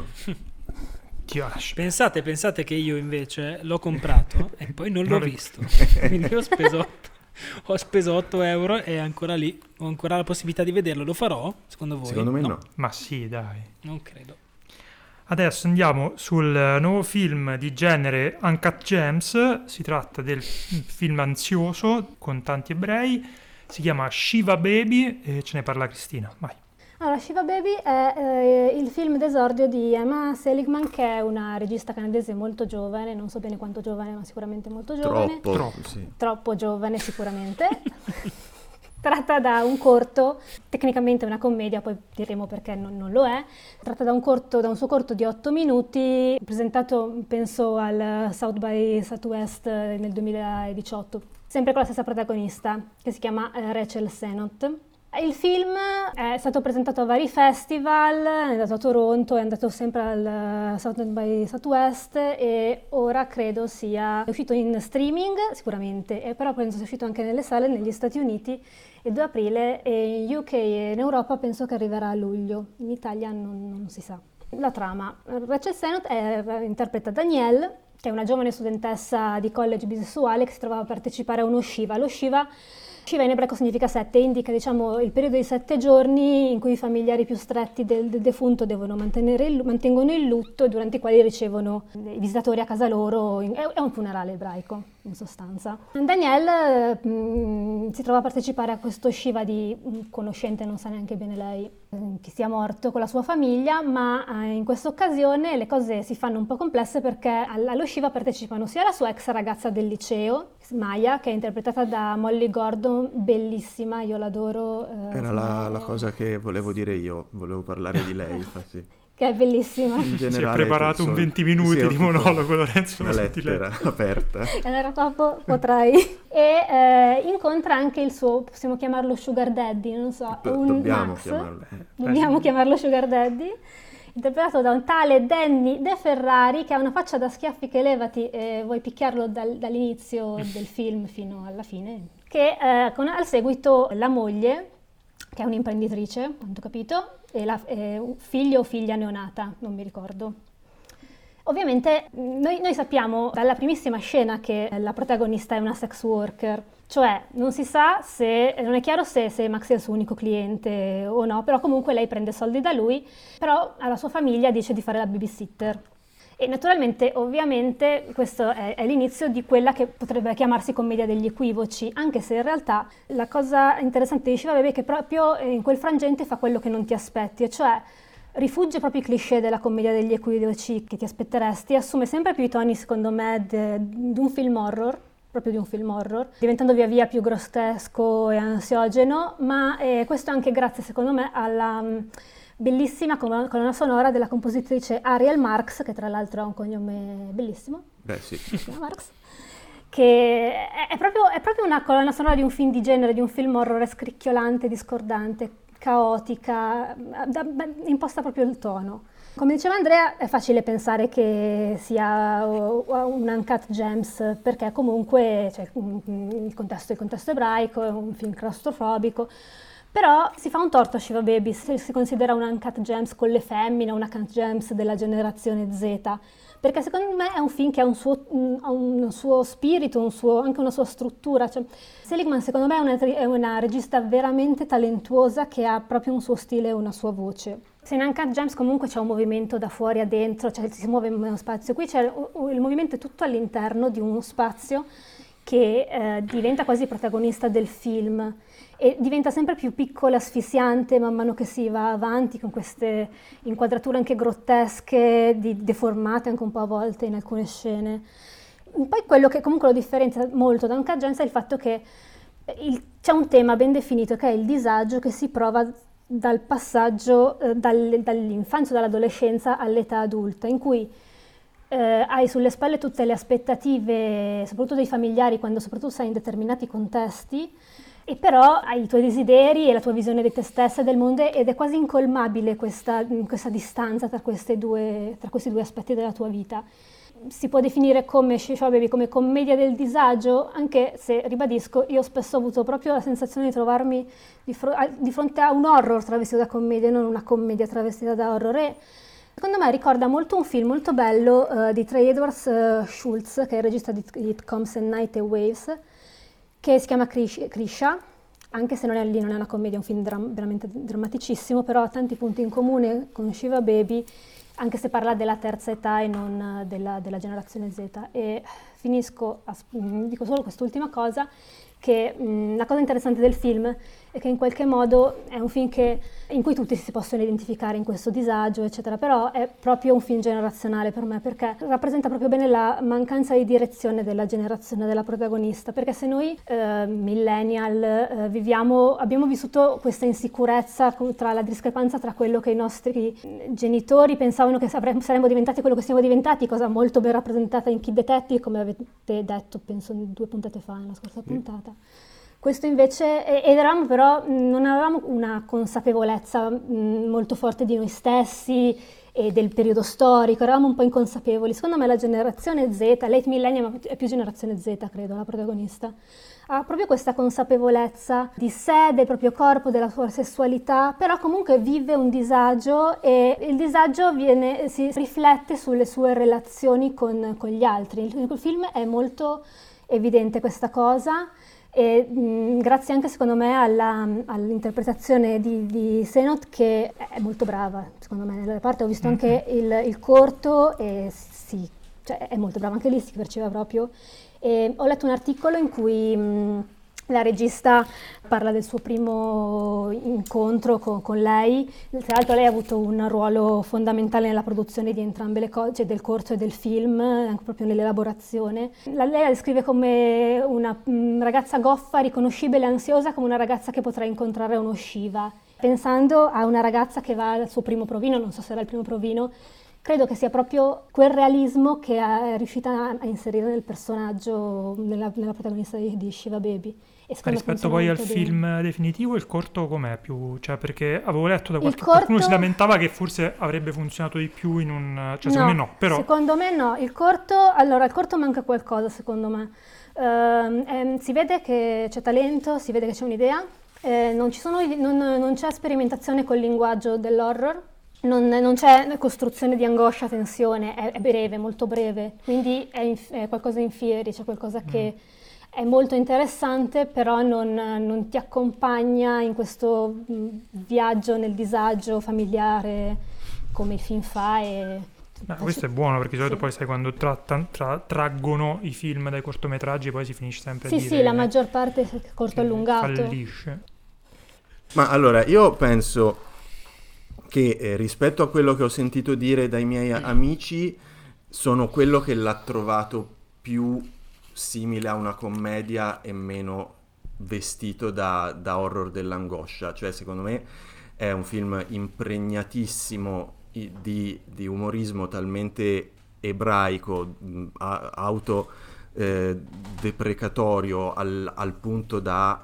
Pensate che io invece l'ho comprato e poi non l'ho visto, quindi ho speso 8 euro e ancora lì, ho ancora la possibilità di vederlo. Lo farò, secondo voi? Secondo me no. Ma sì, dai. Non credo. Adesso andiamo sul nuovo film di genere Uncut Gems. Si tratta del film ansioso con tanti ebrei, si chiama Shiva Baby e ce ne parla Cristina. Vai. Allora, Shiva Baby è il film d'esordio di Emma Seligman, che è una regista canadese molto giovane, non so bene quanto giovane, ma sicuramente molto giovane. Troppo giovane sicuramente. Tratta da un corto, tecnicamente una commedia, poi diremo perché non lo è. Tratta da un suo corto di 8 minuti, presentato penso al South by Southwest nel 2018, sempre con la stessa protagonista, che si chiama Rachel Sennott. Il film è stato presentato a vari festival, è andato a Toronto, è andato sempre al South by Southwest e ora credo sia uscito in streaming sicuramente, però penso sia uscito anche nelle sale negli Stati Uniti il 2 aprile e in UK e in Europa penso che arriverà a luglio, in Italia non si sa. La trama, Rachel Sennott interpreta Danielle, che è una giovane studentessa di college bisessuale che si trovava a partecipare a uno Shiva. Lo Shiva in ebraico significa 7, indica diciamo il periodo di 7 giorni in cui i familiari più stretti del defunto mantengono il lutto, durante i quali ricevono i visitatori a casa loro. È un funerale ebraico, in sostanza. Danielle si trova a partecipare a questo Shiva di un conoscente, non sa neanche bene lei che sia morto, con la sua famiglia, ma in questa occasione le cose si fanno un po' complesse perché allo Shiva partecipano sia la sua ex ragazza del liceo, Maya, che è interpretata da Molly Gordon, bellissima, io l'adoro. Era la cosa che volevo dire io, volevo parlare di lei, infatti. Che è bellissima. In generale, si è prepararato un 20 minuti di monologo, Lorenzo. Una lettera aperta. Allora dopo potrai. E incontra anche il suo, possiamo chiamarlo sugar daddy, non so, Dobbiamo Max. chiamarlo. Dobbiamo chiamarlo sugar daddy. Interpretato da un tale Danny De Ferrari, che ha una faccia da schiaffi che levati, vuoi picchiarlo dall'inizio del film fino alla fine, che al seguito la moglie, che è un'imprenditrice, quanto ho capito, e figlio o figlia neonata, non mi ricordo. Ovviamente noi sappiamo dalla primissima scena che la protagonista è una sex worker, cioè non si sa non è chiaro se Max è il suo unico cliente o no, però comunque lei prende soldi da lui, però alla sua famiglia dice di fare la babysitter. E naturalmente, ovviamente, questo è l'inizio di quella che potrebbe chiamarsi commedia degli equivoci, anche se in realtà la cosa interessante di Shiva Baby è che proprio in quel frangente fa quello che non ti aspetti, e cioè rifugge proprio i cliché della commedia degli equivoci che ti aspetteresti, assume sempre più i toni, secondo me, di un film horror, proprio di un film horror, diventando via via più grottesco e ansiogeno, ma questo anche grazie, secondo me, alla bellissima colonna sonora della compositrice Ariel Marx, che tra l'altro ha un cognome bellissimo. Beh sì. Marx, che è proprio una colonna sonora di un film di genere, di un film horror scricchiolante, discordante, caotica, imposta proprio il tono. Come diceva Andrea, è facile pensare che sia un Uncut Gems, perché comunque il contesto ebraico, è un film claustrofobico, però si fa un torto a Shiva Baby se si considera un Uncut Gems con le femmine, un Uncut Gems della generazione Z, perché secondo me è un film che ha un suo spirito, anche una sua struttura. Cioè, Seligman secondo me è una regista veramente talentuosa che ha proprio un suo stile e una sua voce. Se in Uncut Gems comunque c'è un movimento da fuori a dentro, cioè si muove in uno spazio, qui c'è il movimento tutto all'interno di uno spazio che diventa quasi protagonista del film e diventa sempre più piccolo e asfissiante man mano che si va avanti, con queste inquadrature anche grottesche, deformate anche un po' a volte in alcune scene. Poi quello che comunque lo differenzia molto da Uncut Gems è il fatto che c'è un tema ben definito, che è il disagio che si prova dal passaggio dall'infanzia o dall'adolescenza all'età adulta, in cui hai sulle spalle tutte le aspettative, soprattutto dei familiari, quando soprattutto sei in determinati contesti, e però hai i tuoi desideri e la tua visione di te stessa e del mondo, ed è quasi incolmabile questa distanza tra questi due aspetti della tua vita. Si può definire come Shiva Baby come commedia del disagio, anche se, ribadisco, io spesso ho avuto proprio la sensazione di trovarmi di fronte a un horror travestito da commedia, non una commedia travestita da horror. E secondo me ricorda molto un film molto bello di Trey Edwards Schultz, che è il regista di It Comes at Night e Waves, che si chiama Krisha, anche se non è una commedia, è un film veramente drammaticissimo, però ha tanti punti in comune con Shiva Baby, anche se parla della terza età e non della generazione Z. E dico solo quest'ultima cosa, che la cosa interessante del film è che in qualche modo è un film in cui tutti si possono identificare in questo disagio, eccetera, però è proprio un film generazionale per me, perché rappresenta proprio bene la mancanza di direzione della generazione della protagonista, perché se noi millennial abbiamo vissuto questa insicurezza tra la discrepanza tra quello che i nostri genitori pensavano che saremmo diventati, quello che siamo diventati, cosa molto ben rappresentata in Kid Detective, come avete detto penso 2 puntate fa, nella scorsa puntata. Questo invece, non avevamo una consapevolezza molto forte di noi stessi e del periodo storico, eravamo un po' inconsapevoli. Secondo me la generazione Z, late millennium è più generazione Z, credo, la protagonista, ha proprio questa consapevolezza di sé, del proprio corpo, della sua sessualità, però comunque vive un disagio e il disagio si riflette sulle sue relazioni con gli altri. Il film è molto evidente questa cosa. E grazie anche secondo me all'interpretazione di Senot, che è molto brava secondo me nella parte. Ho visto anche il corto e sì, cioè è molto brava, anche lì si perceva proprio. E ho letto un articolo in cui la regista parla del suo primo incontro con lei. Tra l'altro lei ha avuto un ruolo fondamentale nella produzione di entrambe le cose, cioè del corto e del film, anche proprio nell'elaborazione. Lei la descrive come una ragazza goffa, riconoscibile e ansiosa, come una ragazza che potrà incontrare a uno Shiva. Pensando a una ragazza che va al suo primo provino, non so se era il primo provino, credo che sia proprio quel realismo che è riuscita a inserire nel personaggio, nella protagonista di Shiva Baby. Rispetto poi al film definitivo, il corto com'è? Cioè, perché avevo letto da qualcuno si lamentava che forse avrebbe funzionato di più in un... Cioè, secondo me no, però... Secondo me no. Il corto manca qualcosa, secondo me. Si vede che c'è talento, si vede che c'è un'idea, non c'è sperimentazione col linguaggio dell'horror. Non c'è costruzione di angoscia, tensione, è breve, molto breve, quindi è qualcosa in fieri, c'è qualcosa che è molto interessante, però non ti accompagna in questo viaggio nel disagio familiare come il film fa. Questo è buono, perché di solito poi sai, quando traggono i film dai cortometraggi poi si finisce sempre a dire... Sì, la maggior parte è corto allungato. Fallisce. Ma allora, io penso che rispetto a quello che ho sentito dire dai miei amici, sono quello che l'ha trovato più simile a una commedia e meno vestito da horror dell'angoscia. Cioè, secondo me è un film impregnatissimo di umorismo talmente ebraico, autodeprecatorio al punto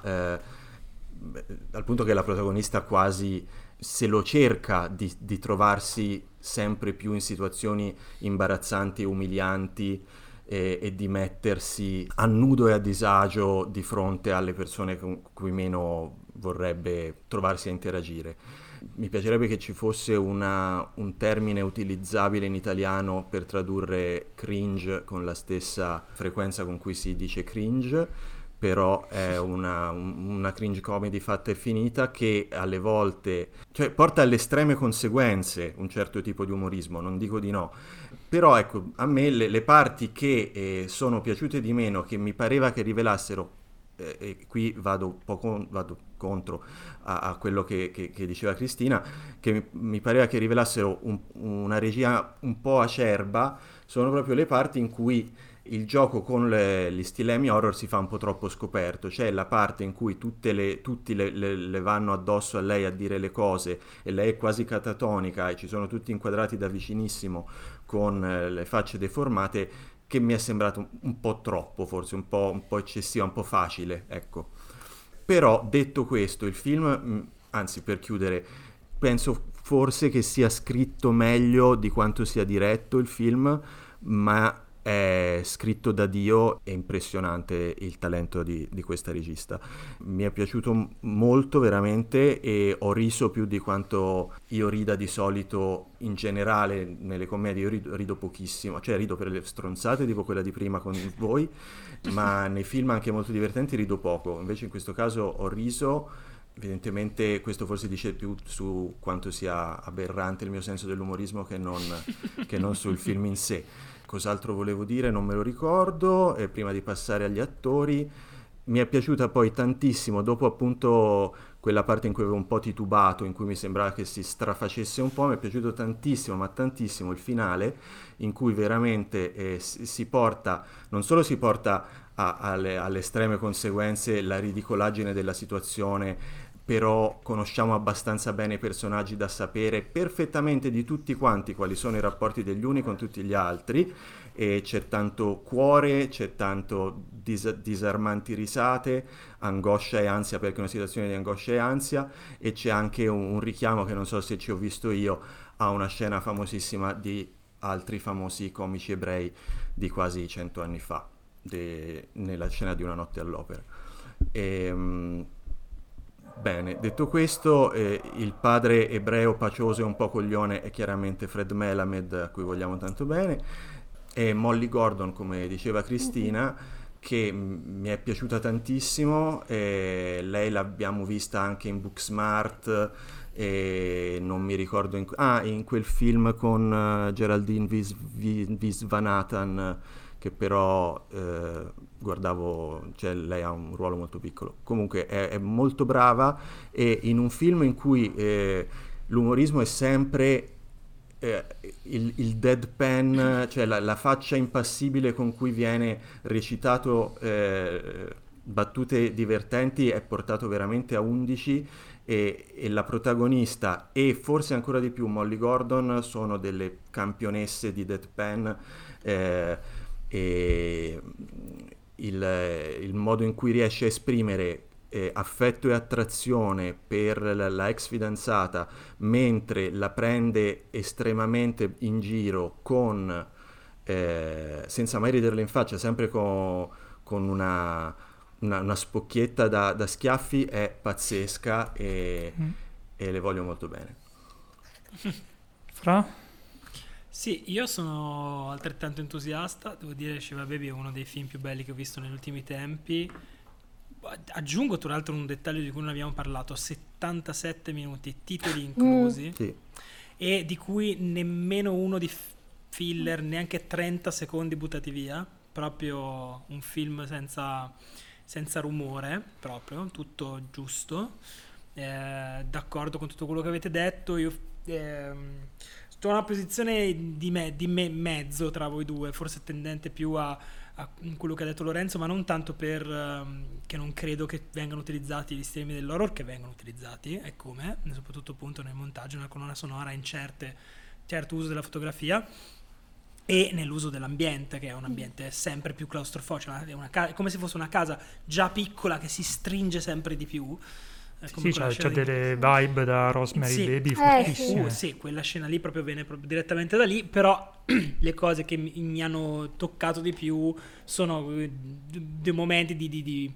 che la protagonista quasi se lo cerca di trovarsi sempre più in situazioni imbarazzanti e umilianti e di mettersi a nudo e a disagio di fronte alle persone con cui meno vorrebbe trovarsi a interagire. Mi piacerebbe che ci fosse un termine utilizzabile in italiano per tradurre cringe con la stessa frequenza con cui si dice cringe, però è una cringe comedy fatta e finita che alle volte, cioè, porta alle estreme conseguenze un certo tipo di umorismo, non dico di no, però ecco, a me le parti che sono piaciute di meno, che mi pareva che rivelassero, e qui vado contro a quello che diceva Cristina, che mi pareva che rivelassero una regia un po' acerba, sono proprio le parti in cui il gioco con gli stilemi horror si fa un po' troppo scoperto. C'è la parte in cui tutti le vanno addosso a lei a dire le cose e lei è quasi catatonica e ci sono tutti inquadrati da vicinissimo con le facce deformate, che mi è sembrato un po' troppo, forse un po' eccessiva, un po' facile, ecco. Però detto questo, il film, anzi, per chiudere, penso forse che sia scritto meglio di quanto sia diretto il film, ma è scritto da Dio, è impressionante il talento di questa regista. Mi è piaciuto molto veramente e ho riso più di quanto io rida di solito in generale nelle commedie. Io rido pochissimo, cioè rido per le stronzate tipo quella di prima con voi, ma nei film anche molto divertenti rido poco. Invece in questo caso ho riso. Evidentemente questo forse dice più su quanto sia aberrante il mio senso dell'umorismo che non sul film in sé. Cos'altro volevo dire? Non me lo ricordo. E prima di passare agli attori, mi è piaciuta poi tantissimo, dopo appunto quella parte in cui avevo un po' titubato, in cui mi sembrava che si strafacesse un po', mi è piaciuto tantissimo, ma tantissimo il finale, in cui veramente si porta, non solo si porta alle estreme conseguenze la ridicolaggine della situazione, però conosciamo abbastanza bene i personaggi da sapere perfettamente di tutti quanti quali sono i rapporti degli uni con tutti gli altri, e c'è tanto cuore, c'è tanto disarmanti risate, angoscia e ansia, perché è una situazione di angoscia e ansia, e c'è anche un richiamo che non so se ci ho visto io a una scena famosissima di altri famosi comici ebrei di quasi 100 anni fa, nella scena di Una notte all'opera. Bene, detto questo, il padre ebreo pacioso e un po' coglione è chiaramente Fred Melamed, a cui vogliamo tanto bene, e Molly Gordon, come diceva Cristina, che mi è piaciuta tantissimo. Lei l'abbiamo vista anche in Booksmart, e non mi ricordo in quel film con Geraldine Viswanathan, che però guardavo, cioè lei ha un ruolo molto piccolo. Comunque è molto brava, e in un film in cui l'umorismo è sempre il deadpan, cioè la faccia impassibile con cui viene recitato battute divertenti, è portato veramente a 11, e la protagonista e forse ancora di più Molly Gordon sono delle campionesse di deadpan, e il modo in cui riesce a esprimere affetto e attrazione per la ex fidanzata mentre la prende estremamente in giro senza mai riderle in faccia, sempre con una spocchietta da schiaffi, è pazzesca, e le voglio molto bene. Fra? Sì, io sono altrettanto entusiasta, devo dire che Shiva Baby è uno dei film più belli che ho visto negli ultimi tempi. Aggiungo tra l'altro un dettaglio di cui non abbiamo parlato: 77 minuti, titoli inclusi, Sì. e di cui nemmeno uno di filler, neanche 30 secondi buttati via, proprio un film senza rumore, proprio, tutto giusto. D'accordo con tutto quello che avete detto. Io sto in una posizione di mezzo tra voi due, forse tendente più a quello che ha detto Lorenzo, ma non tanto per che non credo che vengano utilizzati gli stilemi dell'horror, che vengono utilizzati, e come, soprattutto appunto nel montaggio, nella colonna sonora, in certo uso della fotografia e nell'uso dell'ambiente, che è un ambiente sempre più claustrofobico, è come se fosse una casa già piccola che si stringe sempre di più. Sì, c'ha delle vibe da Rosemary Baby fortissime. Sì, quella scena lì proprio viene proprio direttamente da lì, però le cose che mi hanno toccato di più sono dei momenti di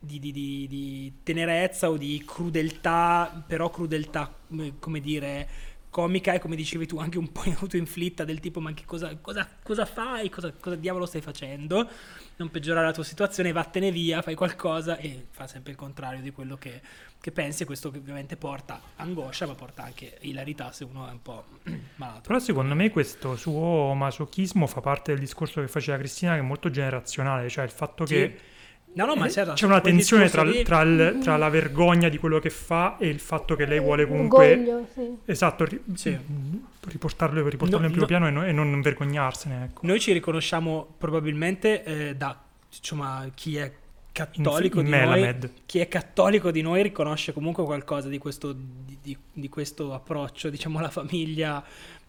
tenerezza o di crudeltà, però crudeltà, come dire, comica, e come dicevi tu anche un po' autoinflitta, del tipo: ma che cosa fai, cosa diavolo stai facendo, non peggiorare la tua situazione, vattene via, fai qualcosa, e fa sempre il contrario di quello che pensi, e questo ovviamente porta angoscia, ma porta anche ilarità se uno è un po' malato. Però secondo me questo suo masochismo fa parte del discorso che faceva Cristina, che è molto generazionale, cioè il fatto che No, ma certo, c'è una tensione tra la vergogna di quello che fa e il fatto che lei vuole comunque orgoglio, sì. Esatto, riportarlo in primo piano e non vergognarsene, ecco. Noi ci riconosciamo probabilmente da, diciamo, chi è cattolico chi è cattolico di noi riconosce comunque qualcosa di questo approccio, diciamo, alla famiglia,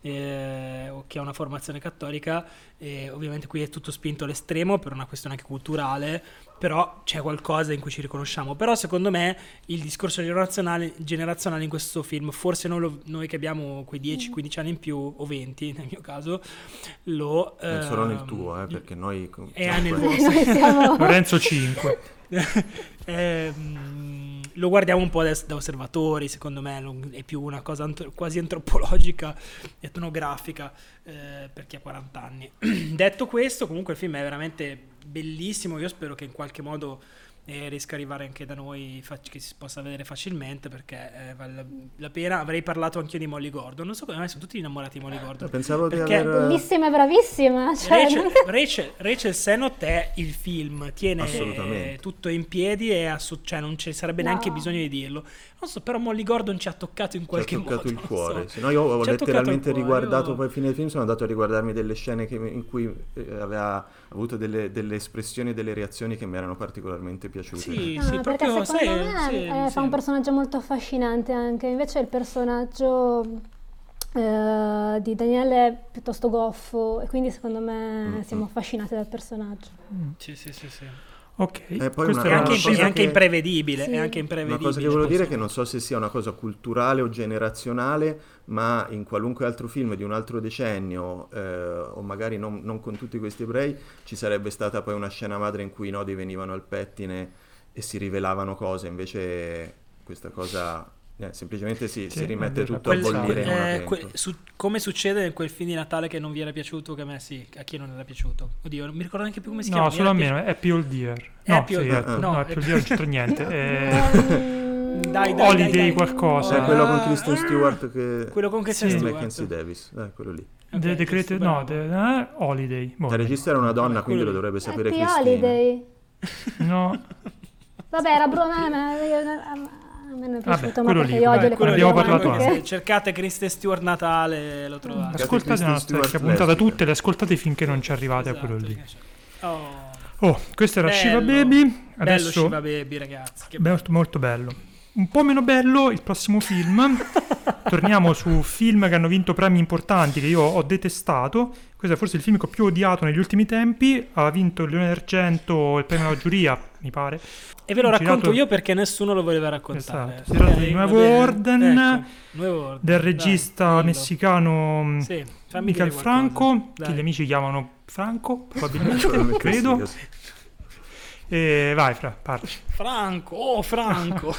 o che ha una formazione cattolica. Ovviamente qui è tutto spinto all'estremo per una questione anche culturale, però c'è qualcosa in cui ci riconosciamo. Però secondo me il discorso generazionale in questo film, forse noi che abbiamo quei 10-15 anni in più, o 20 nel mio caso, non solo nel tuo, perché noi è nel vostro. Lorenzo 5. Lo guardiamo un po' da osservatori, secondo me è più una cosa quasi antropologica, etnografica, per chi ha 40 anni. Detto questo, comunque il film è veramente bellissimo. Io spero che in qualche modo riesca a arrivare anche da noi, che si possa vedere facilmente, perché vale la pena. Avrei parlato anch'io di Molly Gordon, non so come mai sono tutti innamorati di Molly Gordon. Pensavo perché bellissima e bravissima, cioè... Rachel Sennott è il film, tiene tutto in piedi, e cioè non ci sarebbe neanche bisogno di dirlo. Non so, però Molly Gordon ci ha toccato in qualche modo. Ci ha toccato il cuore. Se no, io ho letteralmente riguardato poi fine del film, sono andato a riguardarmi delle scene in cui aveva avuto delle espressioni e delle reazioni che mi erano particolarmente piaciute. Sì, perché proprio, secondo me fa un personaggio molto affascinante anche. Invece il personaggio di Daniele è piuttosto goffo, e quindi secondo me siamo affascinati dal personaggio. Sì. Ok, poi questo una era cosa È anche che- imprevedibile, Sì. è anche Una imprevedibile. cosa che volevo dire è poi, che non so se sia una cosa culturale o generazionale, ma in qualunque altro film di un altro decennio, o magari non con tutti questi ebrei, ci sarebbe stata poi una scena madre in cui i nodi venivano al pettine e si rivelavano cose, invece questa cosa semplicemente si Sì, rimette è vero. tutto a Quel- bollire in una que- pentola. come succede in quel film di Natale che non vi era piaciuto, che a me sì, a chi non era piaciuto. Oddio, non mi ricordo neanche più come si chiama. No, Mi solo a era me, piaciuto. Happy Old Year. Happy No, Old sì, Year. no, No, Happy Old Year non c'entra niente. Dai, Holiday qualcosa. È quello con Kristen Stewart che... Quello con Kristen Sì. Stewart. Mackenzie Davis, quello lì. Ok, The giusto, no, bravo. Holiday. Boh, La regista era una donna, Vabbè, quindi lo quello dovrebbe sapere Happy Cristina. Holiday. no, Vabbè, era a me non è piaciuto, ma quello perché lì, io odio vabbè, le quello commedie abbiamo parlato romantiche. Se cercate Kristen Stewart Natale lo trovate. ascoltate Kristen la nostra Stewart puntata lesbica. tutte, le ascoltate finché non ci arrivate a quello lì. Oh, Oh, questo era bello. Shiva Baby. Bello Adesso Shiva Baby, ragazzi. Che molto, molto bello. Un po' meno bello il prossimo film. Torniamo su film che hanno vinto premi importanti che io ho detestato. Questo è forse il film che ho più odiato negli ultimi tempi. Ha vinto il Leone d'Argento, il premio alla giuria, mi pare. E ve lo racconto Girato- io perché nessuno lo voleva raccontare. Esatto, si tratta di Ok, Nuevo va bene. Orden, Ecco, Nuevo Orden. del Dai, regista dillo. messicano Sì, fammi Michael dire Franco, qualcosa. che Dai. gli amici chiamano Franco, probabilmente, Probabilmente credo. sì, sì. E vai, parli. Franco.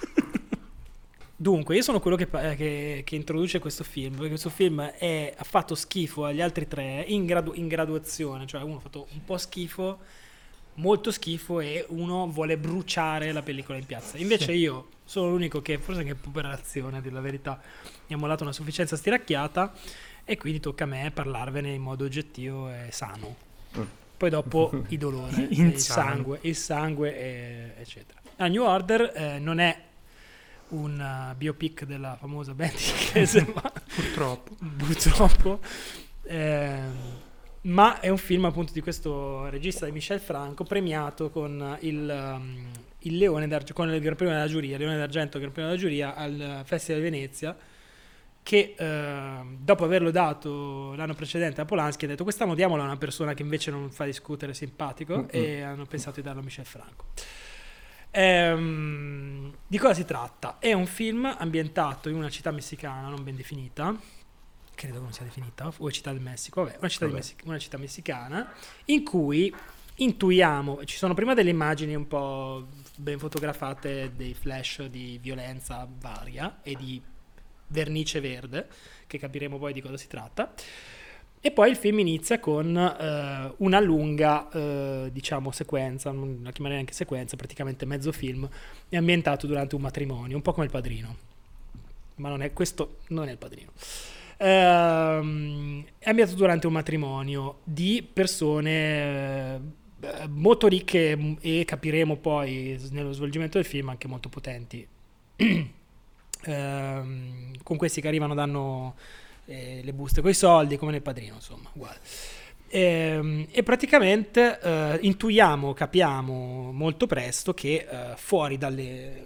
Dunque, io sono quello che introduce questo film, perché questo film ha fatto schifo agli altri tre in graduazione, cioè uno ha fatto un po' schifo, molto schifo, e uno vuole bruciare la pellicola in piazza. Invece Sì. io sono l'unico che, forse anche per relazione, a dire la verità, mi ha mollato una sufficienza stiracchiata, e quindi tocca a me parlarvene in modo oggettivo e sano. Poi dopo i dolori, Insano. il sangue eccetera. A New Order non è un biopic della famosa band inglese, ma purtroppo, ma è un film appunto di questo regista, di Michel Franco, premiato con il Leone d'Argento, con il Gran Premio della Giuria, Leone d'Argento, Gran Premio della Giuria al Festival di Venezia, che dopo averlo dato l'anno precedente a Polanski ha detto quest'anno diamolo a una persona che invece non fa discutere, simpatico, e hanno pensato di darlo a Michel Franco. Di cosa si tratta? È un film ambientato in una città messicana non ben definita, credo non sia definita, o città del Messico, vabbè, una città messicana, in cui intuiamo, ci sono prima delle immagini un po' ben fotografate, dei flash di violenza varia e di vernice verde, che capiremo poi di cosa si tratta. E poi il film inizia con una lunga, diciamo, sequenza, non la chiamerei neanche sequenza, praticamente mezzo film, è ambientato durante un matrimonio, un po' come Il Padrino. Ma questo non è Il Padrino. È ambientato durante un matrimonio di persone molto ricche e capiremo poi nello svolgimento del film anche molto potenti. Con questi che arrivano danno le buste coi soldi, come nel Padrino, insomma, uguale. E praticamente capiamo molto presto che fuori dalle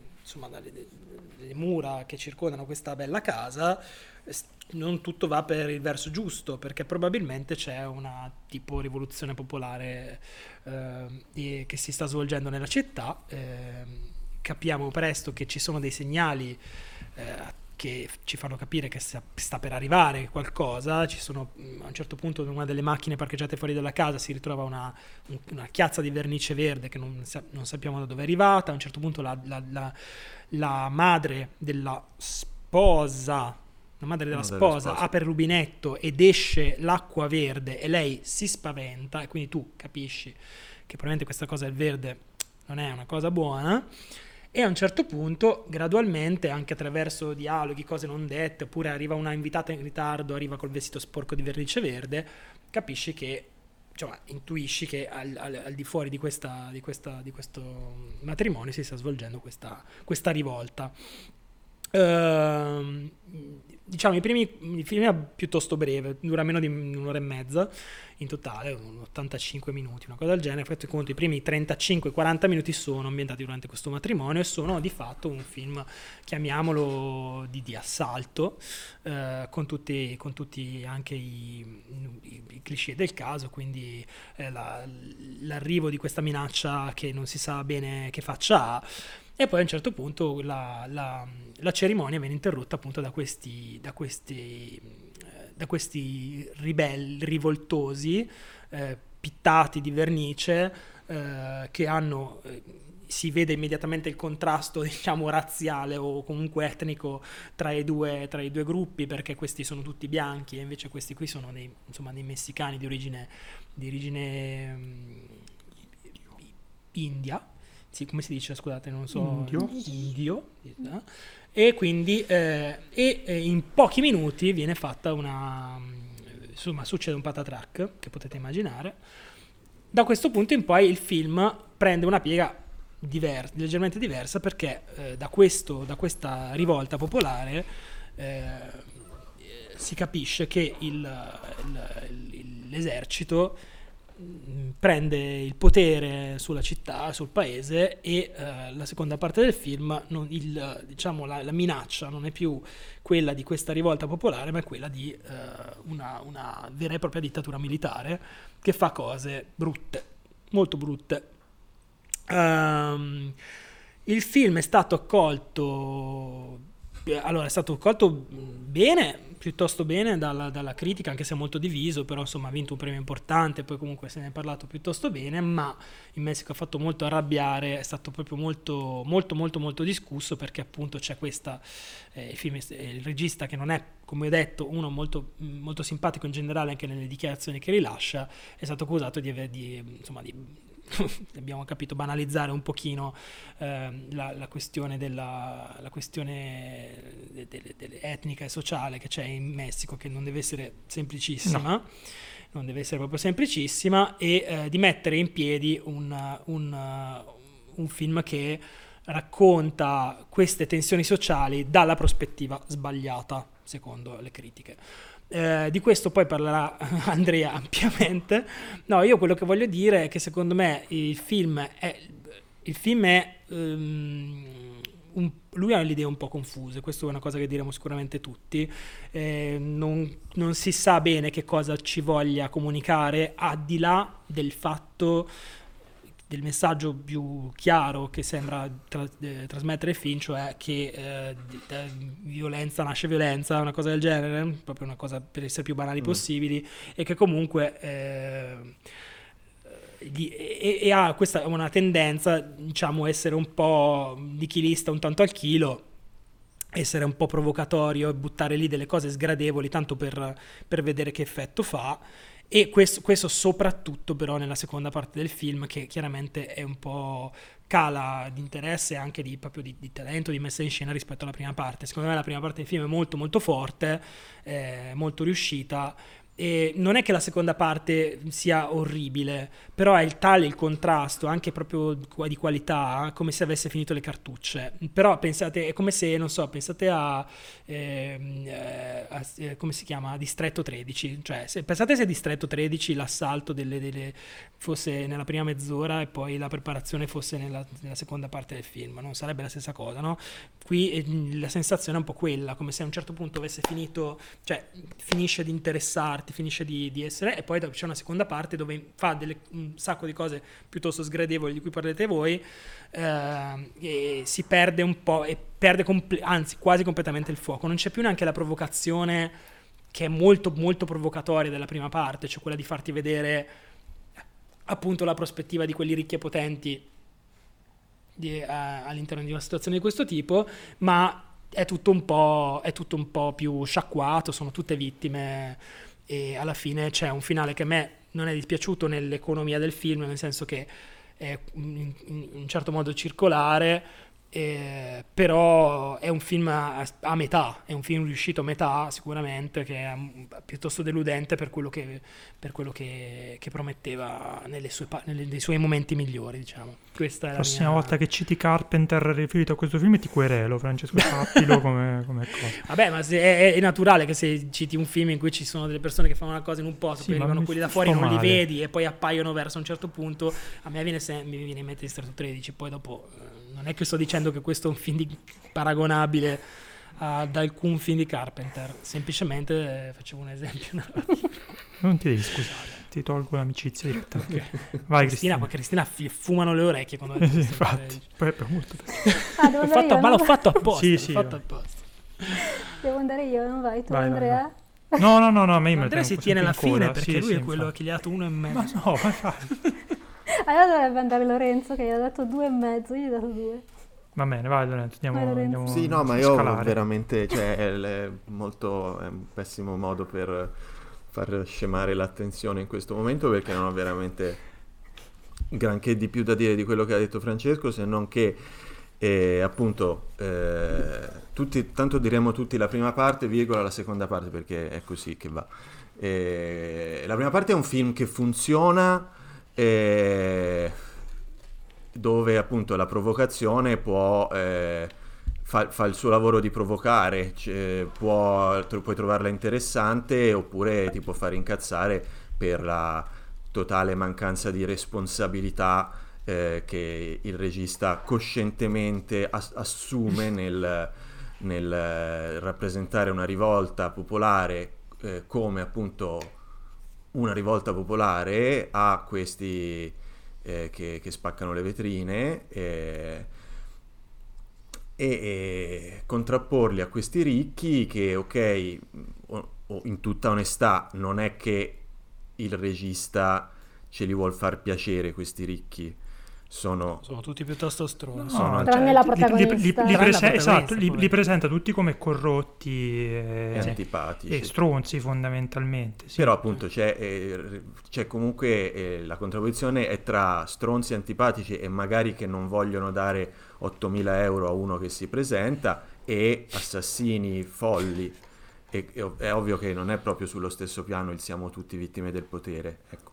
mura che circondano questa bella casa non tutto va per il verso giusto, perché probabilmente c'è una tipo rivoluzione popolare che si sta svolgendo nella città. Capiamo presto che ci sono dei segnali che ci fanno capire che sta per arrivare qualcosa. Ci sono, a un certo punto, in una delle macchine parcheggiate fuori dalla casa si ritrova una chiazza di vernice verde che non sappiamo da dove è arrivata. A un certo punto la madre della sposa apre il rubinetto ed esce l'acqua verde e lei si spaventa, e quindi tu capisci che probabilmente questa cosa del verde non è una cosa buona. E a un certo punto, gradualmente, anche attraverso dialoghi, cose non dette, oppure arriva una invitata in ritardo, arriva col vestito sporco di vernice verde, capisci che, intuisci che al di fuori di questo matrimonio si sta svolgendo questa rivolta. Diciamo, il film è piuttosto breve, dura meno di un'ora e mezza in totale, 85 minuti, una cosa del genere. Fate conto, i primi 35-40 minuti sono ambientati durante questo matrimonio e sono di fatto un film, chiamiamolo di assalto, con tutti anche i cliché del caso, quindi l'arrivo di questa minaccia che non si sa bene che faccia ha. E poi a un certo punto la cerimonia viene interrotta appunto da questi ribelli, rivoltosi, pittati di vernice, che hanno... si vede immediatamente il contrasto, diciamo, razziale o comunque etnico tra i due gruppi, perché questi sono tutti bianchi e invece questi qui sono dei messicani di origine India. Sì, come si dice, scusate, non so. Indio. E quindi in pochi minuti viene fatta insomma, succede un patatrack che potete immaginare. Da questo punto in poi il film prende una piega leggermente diversa, perché da questa rivolta popolare si capisce che l'esercito prende il potere sulla città, sul paese, e la seconda parte del film la minaccia non è più quella di questa rivolta popolare, ma è quella di una vera e propria dittatura militare che fa cose brutte, molto brutte. Il film è stato accolto bene, piuttosto bene dalla critica, anche se è molto diviso, però insomma ha vinto un premio importante, poi comunque se ne è parlato piuttosto bene, ma in Messico ha fatto molto arrabbiare, è stato proprio molto molto molto molto discusso, perché appunto c'è il regista, che non è, come ho detto, uno molto, molto simpatico in generale anche nelle dichiarazioni che rilascia, è stato accusato abbiamo capito, banalizzare un pochino la questione etnica e sociale che c'è in Messico, che non deve essere semplicissima, no. Non deve essere proprio semplicissima, e di mettere in piedi un film che racconta queste tensioni sociali dalla prospettiva sbagliata, secondo le critiche. Di questo poi parlerà Andrea ampiamente. No, io quello che voglio dire è che secondo me il film è lui ha le idee un po' confuse, questo è una cosa che diremo sicuramente tutti, non si sa bene che cosa ci voglia comunicare, al di là del fatto del messaggio più chiaro che sembra trasmettere il film, cioè che violenza nasce violenza, una cosa del genere, proprio una cosa per essere più banali possibili, e che comunque ha questa una tendenza, diciamo, essere un po' nichilista, un tanto al chilo, essere un po' provocatorio e buttare lì delle cose sgradevoli tanto per vedere che effetto fa. E questo soprattutto però nella seconda parte del film, che chiaramente è un po' cala di interesse anche proprio di talento, di messa in scena rispetto alla prima parte. Secondo me la prima parte del film è molto molto forte, molto riuscita, e non è che la seconda parte sia orribile, però è tale il contrasto anche proprio di qualità, come se avesse finito le cartucce. Però pensate, è come se, non so, pensate a come si chiama? Distretto 13, cioè pensate se Distretto 13 l'assalto fosse nella prima mezz'ora e poi la preparazione fosse nella seconda parte del film, non sarebbe la stessa cosa, no? Qui la sensazione è un po' quella, come se a un certo punto avesse finito, cioè finisce di interessarti, finisce di essere, e poi c'è una seconda parte dove fa un sacco di cose piuttosto sgradevoli di cui parlete voi, e si perde un po', e perde anzi quasi completamente il fuoco. Non c'è più neanche la provocazione che è molto molto provocatoria della prima parte, cioè quella di farti vedere appunto la prospettiva di quelli ricchi e potenti all'interno di una situazione di questo tipo, ma è tutto un po' più sciacquato, sono tutte vittime, e alla fine c'è un finale che a me non è dispiaciuto nell'economia del film, nel senso che è in un certo modo circolare, Però è un film a metà, è un film riuscito a metà sicuramente, che è piuttosto deludente per quello che prometteva nei suoi momenti migliori, diciamo. Questa è la prossima volta che citi Carpenter riferito a questo film ti querelo, Francesco, sappilo come cosa. Vabbè, ma è naturale che se citi un film in cui ci sono delle persone che fanno una cosa in un posto, poi arrivano quelli da fuori, non li vedi e poi appaiono verso un certo punto, a me mi viene in mente Distretto 13, poi dopo non è che sto dicendo che questo è un film paragonabile ad alcun film di Carpenter, semplicemente facevo un esempio. Non ti devi scusare, ti tolgo l'amicizia direttamente. Vai Cristina. Ma Cristina fumano le orecchie quando infatti, poi è molto l'ho fatto apposta. Sì, fatto apposta. Devo andare io, non vai tu, Andrea? Vai. No, a me Andrea si tiene alla fine perché lui è quello infatti. che gli ha dato 1,5. Ma no, Allora dovrebbe andare Lorenzo che gli ha dato 2,5, io gli ho dato 2. Va bene, vai Lorenzo, andiamo sì, no, ma io scalare. veramente, cioè, è un pessimo modo per far scemare l'attenzione in questo momento, perché non ho veramente granché di più da dire di quello che ha detto Francesco, se non che appunto tanto diremo tutti la prima parte, virgola la seconda parte, perché è così che va. La prima parte è un film che funziona, dove appunto la provocazione può fa il suo lavoro di provocare, puoi trovarla interessante oppure ti può fare incazzare per la totale mancanza di responsabilità che il regista coscientemente assume nel rappresentare una rivolta popolare come appunto una rivolta popolare a questi che spaccano le vetrine e contrapporli a questi ricchi che, ok, in tutta onestà, non è che il regista ce li vuol far piacere questi ricchi, sono tutti piuttosto stronzi. Tranne la protagonista. Li presenta tutti come corrotti e antipatici e stronzi fondamentalmente. Sì. Però appunto c'è comunque la contrapposizione è tra stronzi antipatici e magari che non vogliono dare 8.000 euro a uno che si presenta e assassini folli. È ovvio che non è proprio sullo stesso piano il siamo tutti vittime del potere, ecco.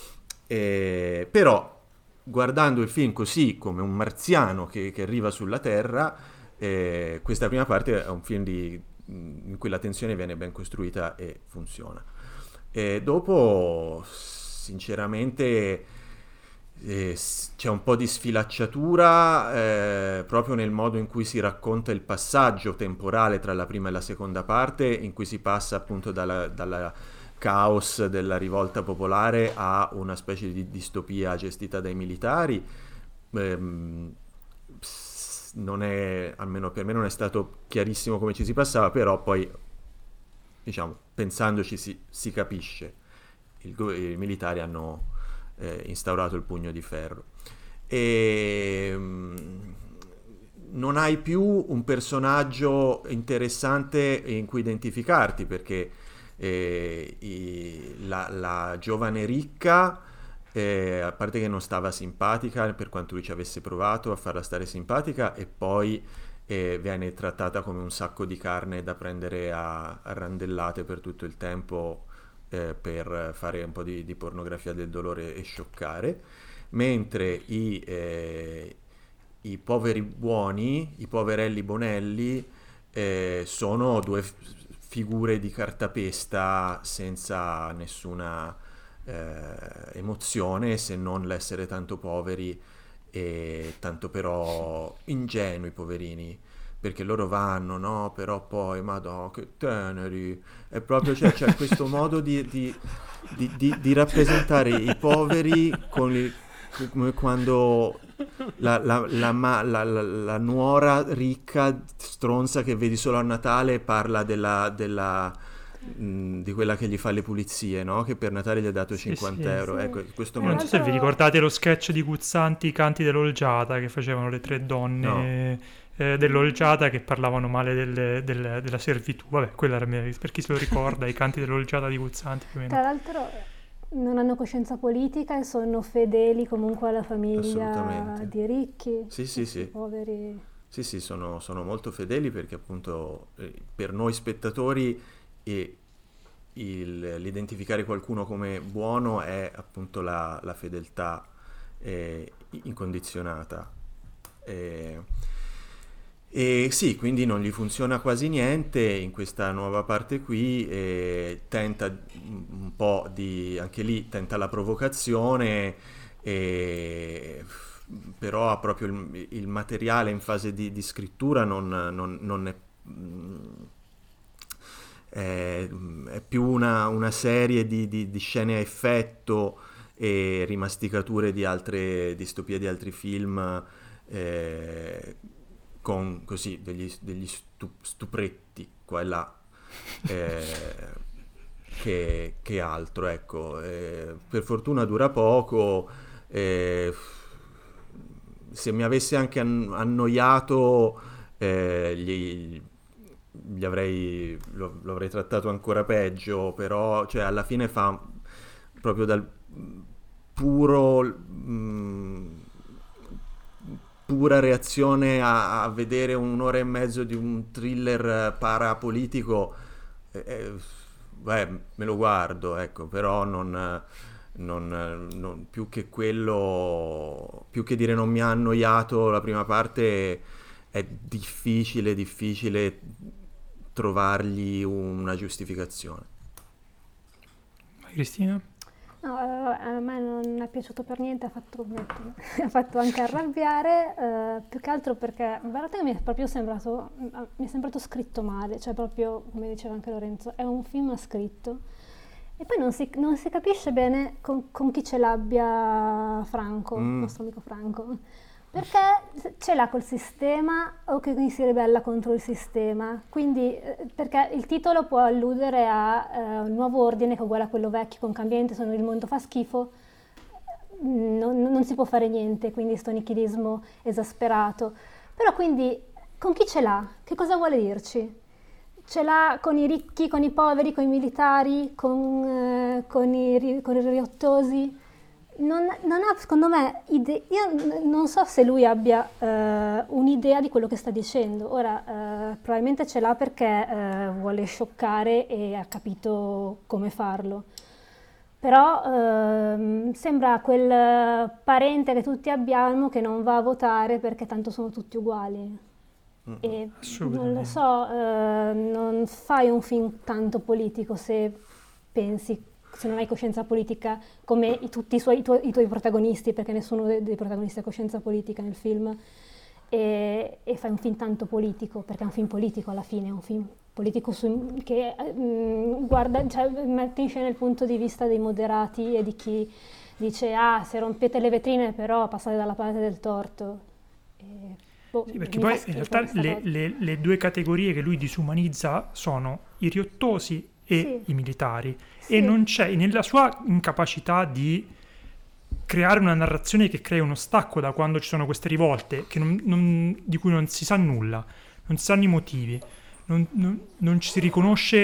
Però guardando il film così, come un marziano che arriva sulla Terra, questa prima parte è un film in cui la tensione viene ben costruita e funziona. Dopo, sinceramente, c'è un po' di sfilacciatura proprio nel modo in cui si racconta il passaggio temporale tra la prima e la seconda parte, in cui si passa appunto dalla caos della rivolta popolare a una specie di distopia gestita dai militari. Non è, almeno per me non è stato chiarissimo come ci si passava, però poi diciamo pensandoci si capisce. I militari hanno instaurato il pugno di ferro e non hai più un personaggio interessante in cui identificarti, perché la giovane ricca, a parte che non stava simpatica per quanto lui ci avesse provato a farla stare simpatica, e poi viene trattata come un sacco di carne da prendere a randellate per tutto il tempo per fare un po' di pornografia del dolore e scioccare, mentre i poveri buoni, i poverelli bonelli sono due figure di cartapesta senza nessuna emozione, se non l'essere tanto poveri e tanto però ingenui, poverini, perché loro vanno, no? Però poi, madò, che teneri, è proprio, c'è questo modo di rappresentare i poveri come quando la nuora ricca stronza che vedi solo a Natale parla di quella che gli fa le pulizie, no? Che per Natale gli ha dato 50 euro. Ecco, questo non so se vi ricordate lo sketch di Guzzanti, i canti dell'Olgiata, che facevano le tre donne dell'Olgiata che parlavano male della servitù. Vabbè, quella era per chi se lo ricorda, i canti dell'Olgiata di Guzzanti più o meno. Tra l'altro non hanno coscienza politica e sono fedeli comunque alla famiglia di ricchi, sì. poveri. sì, sono molto fedeli perché appunto per noi spettatori e l'identificare qualcuno come buono è appunto la fedeltà incondizionata. Eh, e sì, quindi non gli funziona quasi niente in questa nuova parte qui, e tenta un po' anche lì tenta la provocazione, e però ha proprio il materiale in fase di scrittura non è più una serie di scene a effetto e rimasticature di altre distopie di altri film, eh, con così degli stupretti qua e là, eh, che altro, ecco. Per fortuna dura poco. Se mi avesse anche annoiato, lo avrei trattato ancora peggio, però cioè, alla fine fa proprio dal puro pura reazione a vedere un'ora e mezzo di un thriller parapolitico, me lo guardo, ecco, però più che quello, più che dire non mi ha annoiato la prima parte, è difficile trovargli una giustificazione. Cristina? No, a me non è piaciuto per niente, ha fatto anche arrabbiare, più che altro perché in realtà mi è sembrato scritto male, cioè proprio, come diceva anche Lorenzo, è un film scritto. E poi non si capisce bene con chi ce l'abbia Franco, il nostro amico Franco, perché ce l'ha col sistema o che si ribella contro il sistema. Quindi, perché il titolo può alludere a un nuovo ordine che è uguale a quello vecchio, con cambiamenti, se il mondo fa schifo, non si può fare niente, quindi sto nichilismo esasperato. Però quindi con chi ce l'ha? Che cosa vuole dirci? Ce l'ha con i ricchi, con i poveri, con i militari, con i riottosi? Non ha, secondo me, io non so se lui abbia un'idea di quello che sta dicendo. Ora, probabilmente ce l'ha perché vuole scioccare e ha capito come farlo. Però sembra quel parente che tutti abbiamo che non va a votare perché tanto sono tutti uguali. E non lo so, non fai un film tanto politico se non hai coscienza politica come tutti i tuoi protagonisti, perché nessuno dei protagonisti ha coscienza politica nel film, e fai un film tanto politico, perché è un film politico alla fine, è un film politico che guarda, cioè, mette in scena il punto di vista dei moderati e di chi dice se rompete le vetrine però passate dalla parte del torto. Sì, perché poi in realtà le due categorie che lui disumanizza sono i riottosi e i militari, e non c'è nella sua incapacità di creare una narrazione che crei uno stacco da quando ci sono queste rivolte di cui non si sa nulla, non si sanno i motivi, non ci si riconosce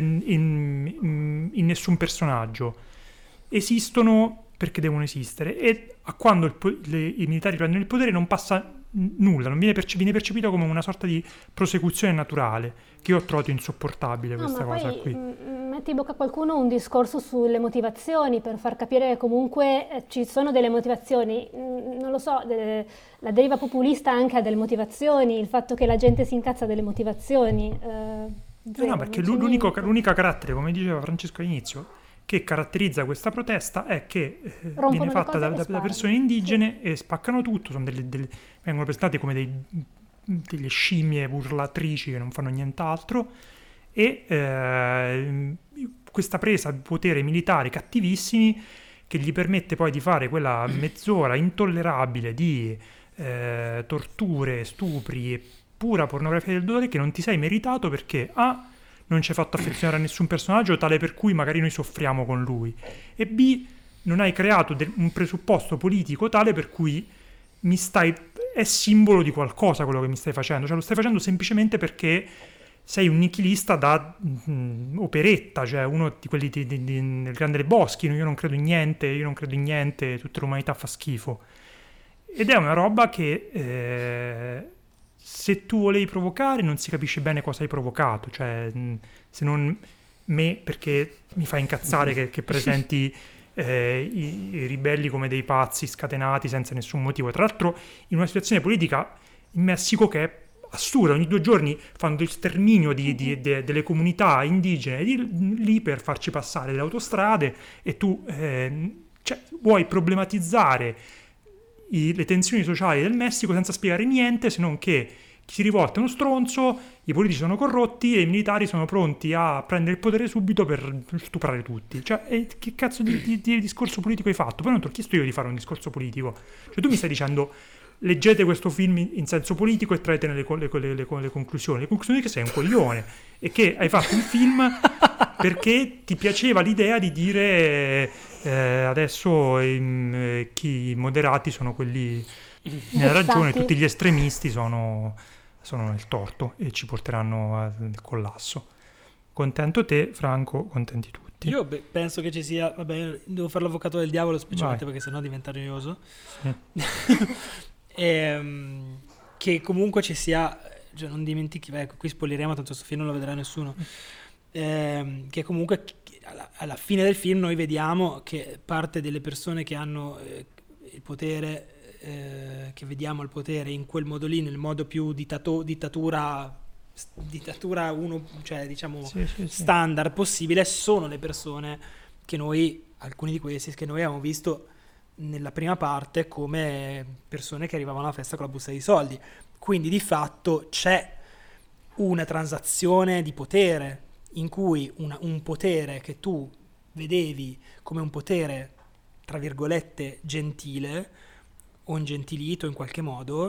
in nessun personaggio. Esistono perché devono esistere, e a quando i militari prendono il potere non passa nulla, non viene percepito come una sorta di prosecuzione naturale, che io ho trovato insopportabile questa cosa qui. Metti in bocca a qualcuno un discorso sulle motivazioni per far capire che comunque ci sono delle motivazioni, non lo so, la deriva populista anche ha delle motivazioni, il fatto che la gente si incazza ha delle motivazioni. No, perché l'unica carattere, come diceva Francesco all'inizio, che caratterizza questa protesta è che viene fatta da persone indigene e spaccano tutto, vengono presentate come delle scimmie urlatrici che non fanno nient'altro, e questa presa di potere militari cattivissimi che gli permette poi di fare quella mezz'ora intollerabile di torture, stupri e pura pornografia del dolore che non ti sei meritato, perché non ci hai fatto affezionare a nessun personaggio tale per cui magari noi soffriamo con lui, e B, non hai creato un presupposto politico tale per cui è simbolo di qualcosa quello che mi stai facendo, cioè lo stai facendo semplicemente perché sei un nichilista da operetta, cioè uno di quelli del Grande Lebowski, io non credo in niente, tutta l'umanità fa schifo, ed è una roba che se tu volevi provocare non si capisce bene cosa hai provocato, cioè se non me, perché mi fa incazzare che presenti i ribelli come dei pazzi scatenati senza nessun motivo. Tra l'altro in una situazione politica in Messico che è assurda, ogni 2 giorni fanno il sterminio delle comunità indigene lì per farci passare le autostrade, e tu cioè, vuoi problematizzare le tensioni sociali del Messico senza spiegare niente, se non che chi si rivolta è uno stronzo, i politici sono corrotti e i militari sono pronti a prendere il potere subito per stuprare tutti. Cioè, che cazzo di discorso politico hai fatto? Poi non ti ho chiesto io di fare un discorso politico. Cioè, tu mi stai dicendo leggete questo film in senso politico e traete le conclusioni. Le conclusioni che sei un coglione e che hai fatto un film perché ti piaceva l'idea di dire adesso i moderati sono quelli nella ragione, tutti gli estremisti sono nel torto e ci porteranno al collasso. Contento te, Franco, contenti tutti. Io penso che ci sia, vabbè, devo fare l'avvocato del diavolo specialmente perché sennò diventa noioso. Che comunque ci sia, cioè non dimentichi, ecco, qui spoileriamo, tanto questo film non lo vedrà nessuno, che comunque alla fine del film noi vediamo che parte delle persone che hanno il potere, che vediamo il potere in quel modo lì, nel modo più dittatura uno, cioè diciamo standard possibile, sono le persone che noi, alcuni di questi che noi abbiamo visto nella prima parte come persone che arrivavano alla festa con la busta di soldi. Quindi di fatto c'è una transazione di potere in cui un potere che tu vedevi come un potere tra virgolette gentile o ingentilito in qualche modo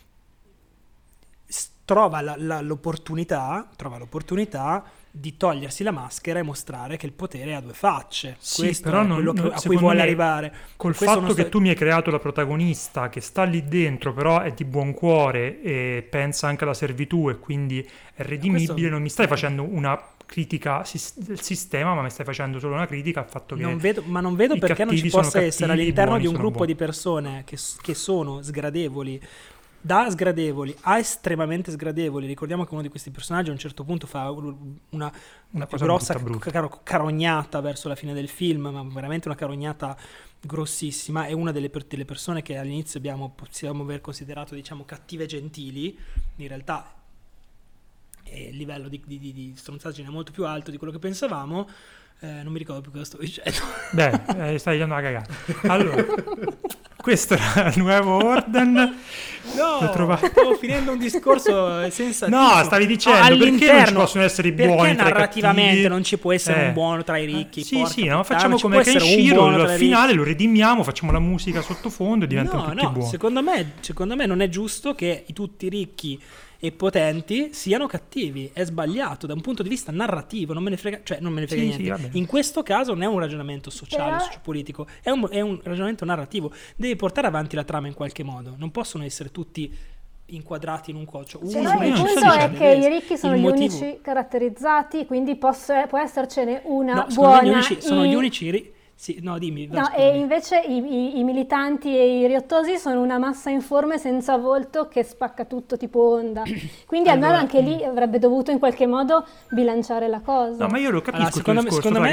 trova l'opportunità di togliersi la maschera e mostrare che il potere ha 2 facce. Sì, questo però è quello a cui vuole arrivare. Col fatto che tu mi hai creato la protagonista che sta lì dentro, però è di buon cuore e pensa anche alla servitù e quindi è redimibile, non mi stai facendo una critica del sistema, ma mi stai facendo solo una critica al fatto che non vedo perché non ci possa essere all'interno di un gruppo di persone che sono sgradevoli, da sgradevoli a estremamente sgradevoli. Ricordiamo che uno di questi personaggi a un certo punto fa una più grossa carognata verso la fine del film, ma veramente una carognata grossissima. È una delle persone che all'inizio possiamo aver considerato, diciamo, cattive gentili. In realtà il livello di stronzaggine è molto più alto di quello che pensavamo. Non mi ricordo più cosa sto dicendo. Beh, stai dando una cagata. Allora, questo era il nuovo Orden. No, stavo finendo un discorso sensatissimo. No, stavi dicendo perché non ci possono essere i buoni perché tra i narrativamente cattivi? Non ci può essere un buono tra i ricchi. Sì, no, facciamo come Kenshiro, al finale lo redimiamo, facciamo la musica sottofondo e diventano tutti buoni. Secondo me non è giusto che tutti i ricchi e potenti siano cattivi. È sbagliato da un punto di vista narrativo, non me ne frega niente. In questo caso non è un ragionamento sociale, sociopolitico, è un ragionamento narrativo. Devi portare avanti la trama in qualche modo, non possono essere tutti inquadrati in un coccio. Il punto è che i ricchi sono gli unici caratterizzati, quindi può essercene una buona. Sono gli unici. Sì, no, dimmi. No, e invece i militanti e i riottosi sono una massa informe senza volto che spacca tutto tipo onda. Quindi almeno anche lì avrebbe dovuto in qualche modo bilanciare la cosa. No, ma io lo capisco. Secondo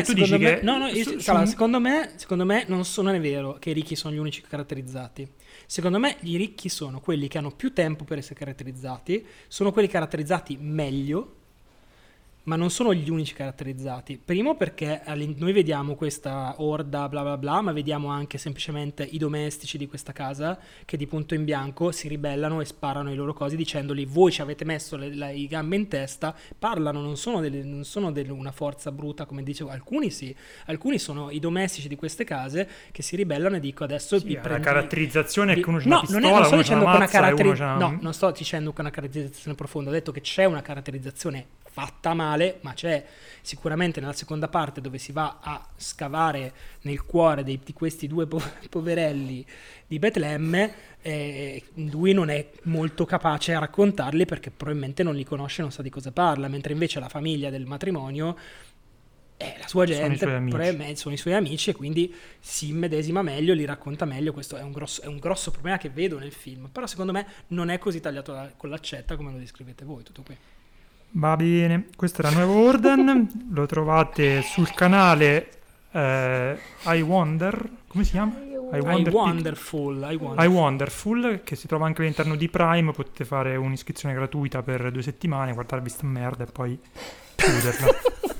me non è vero che i ricchi sono gli unici caratterizzati. Secondo me i ricchi sono quelli che hanno più tempo per essere caratterizzati, sono quelli caratterizzati meglio, ma non sono gli unici caratterizzati. Primo perché noi vediamo questa orda bla bla bla, ma vediamo anche semplicemente i domestici di questa casa che di punto in bianco si ribellano e sparano i loro cosi dicendoli: voi ci avete messo le gambe in testa. Parlano, non sono una forza bruta come dicevo. Alcuni sono i domestici di queste case che si ribellano e dico adesso la caratterizzazione è che uno c'ha una pistola, non sto dicendo che è una caratterizzazione profonda. Ho detto che c'è una caratterizzazione fatta male, ma c'è sicuramente nella seconda parte, dove si va a scavare nel cuore di questi 2 poverelli di Betlemme. Lui non è molto capace a raccontarli perché probabilmente non li conosce, non sa di cosa parla, mentre invece la famiglia del matrimonio la sua Sono i gente, suoi amici. sono i suoi amici, e quindi si immedesima meglio, li racconta meglio. Questo è un grosso problema che vedo nel film, però secondo me non è così tagliato con l'accetta come lo descrivete voi. Tutto qui. Va bene, questo era Nuevo Orden, lo trovate sul canale I Wonder, come si chiama? I Wonderful, che si trova anche all'interno di Prime, potete fare un'iscrizione gratuita per 2 settimane, guardarvi sta merda e poi chiuderla.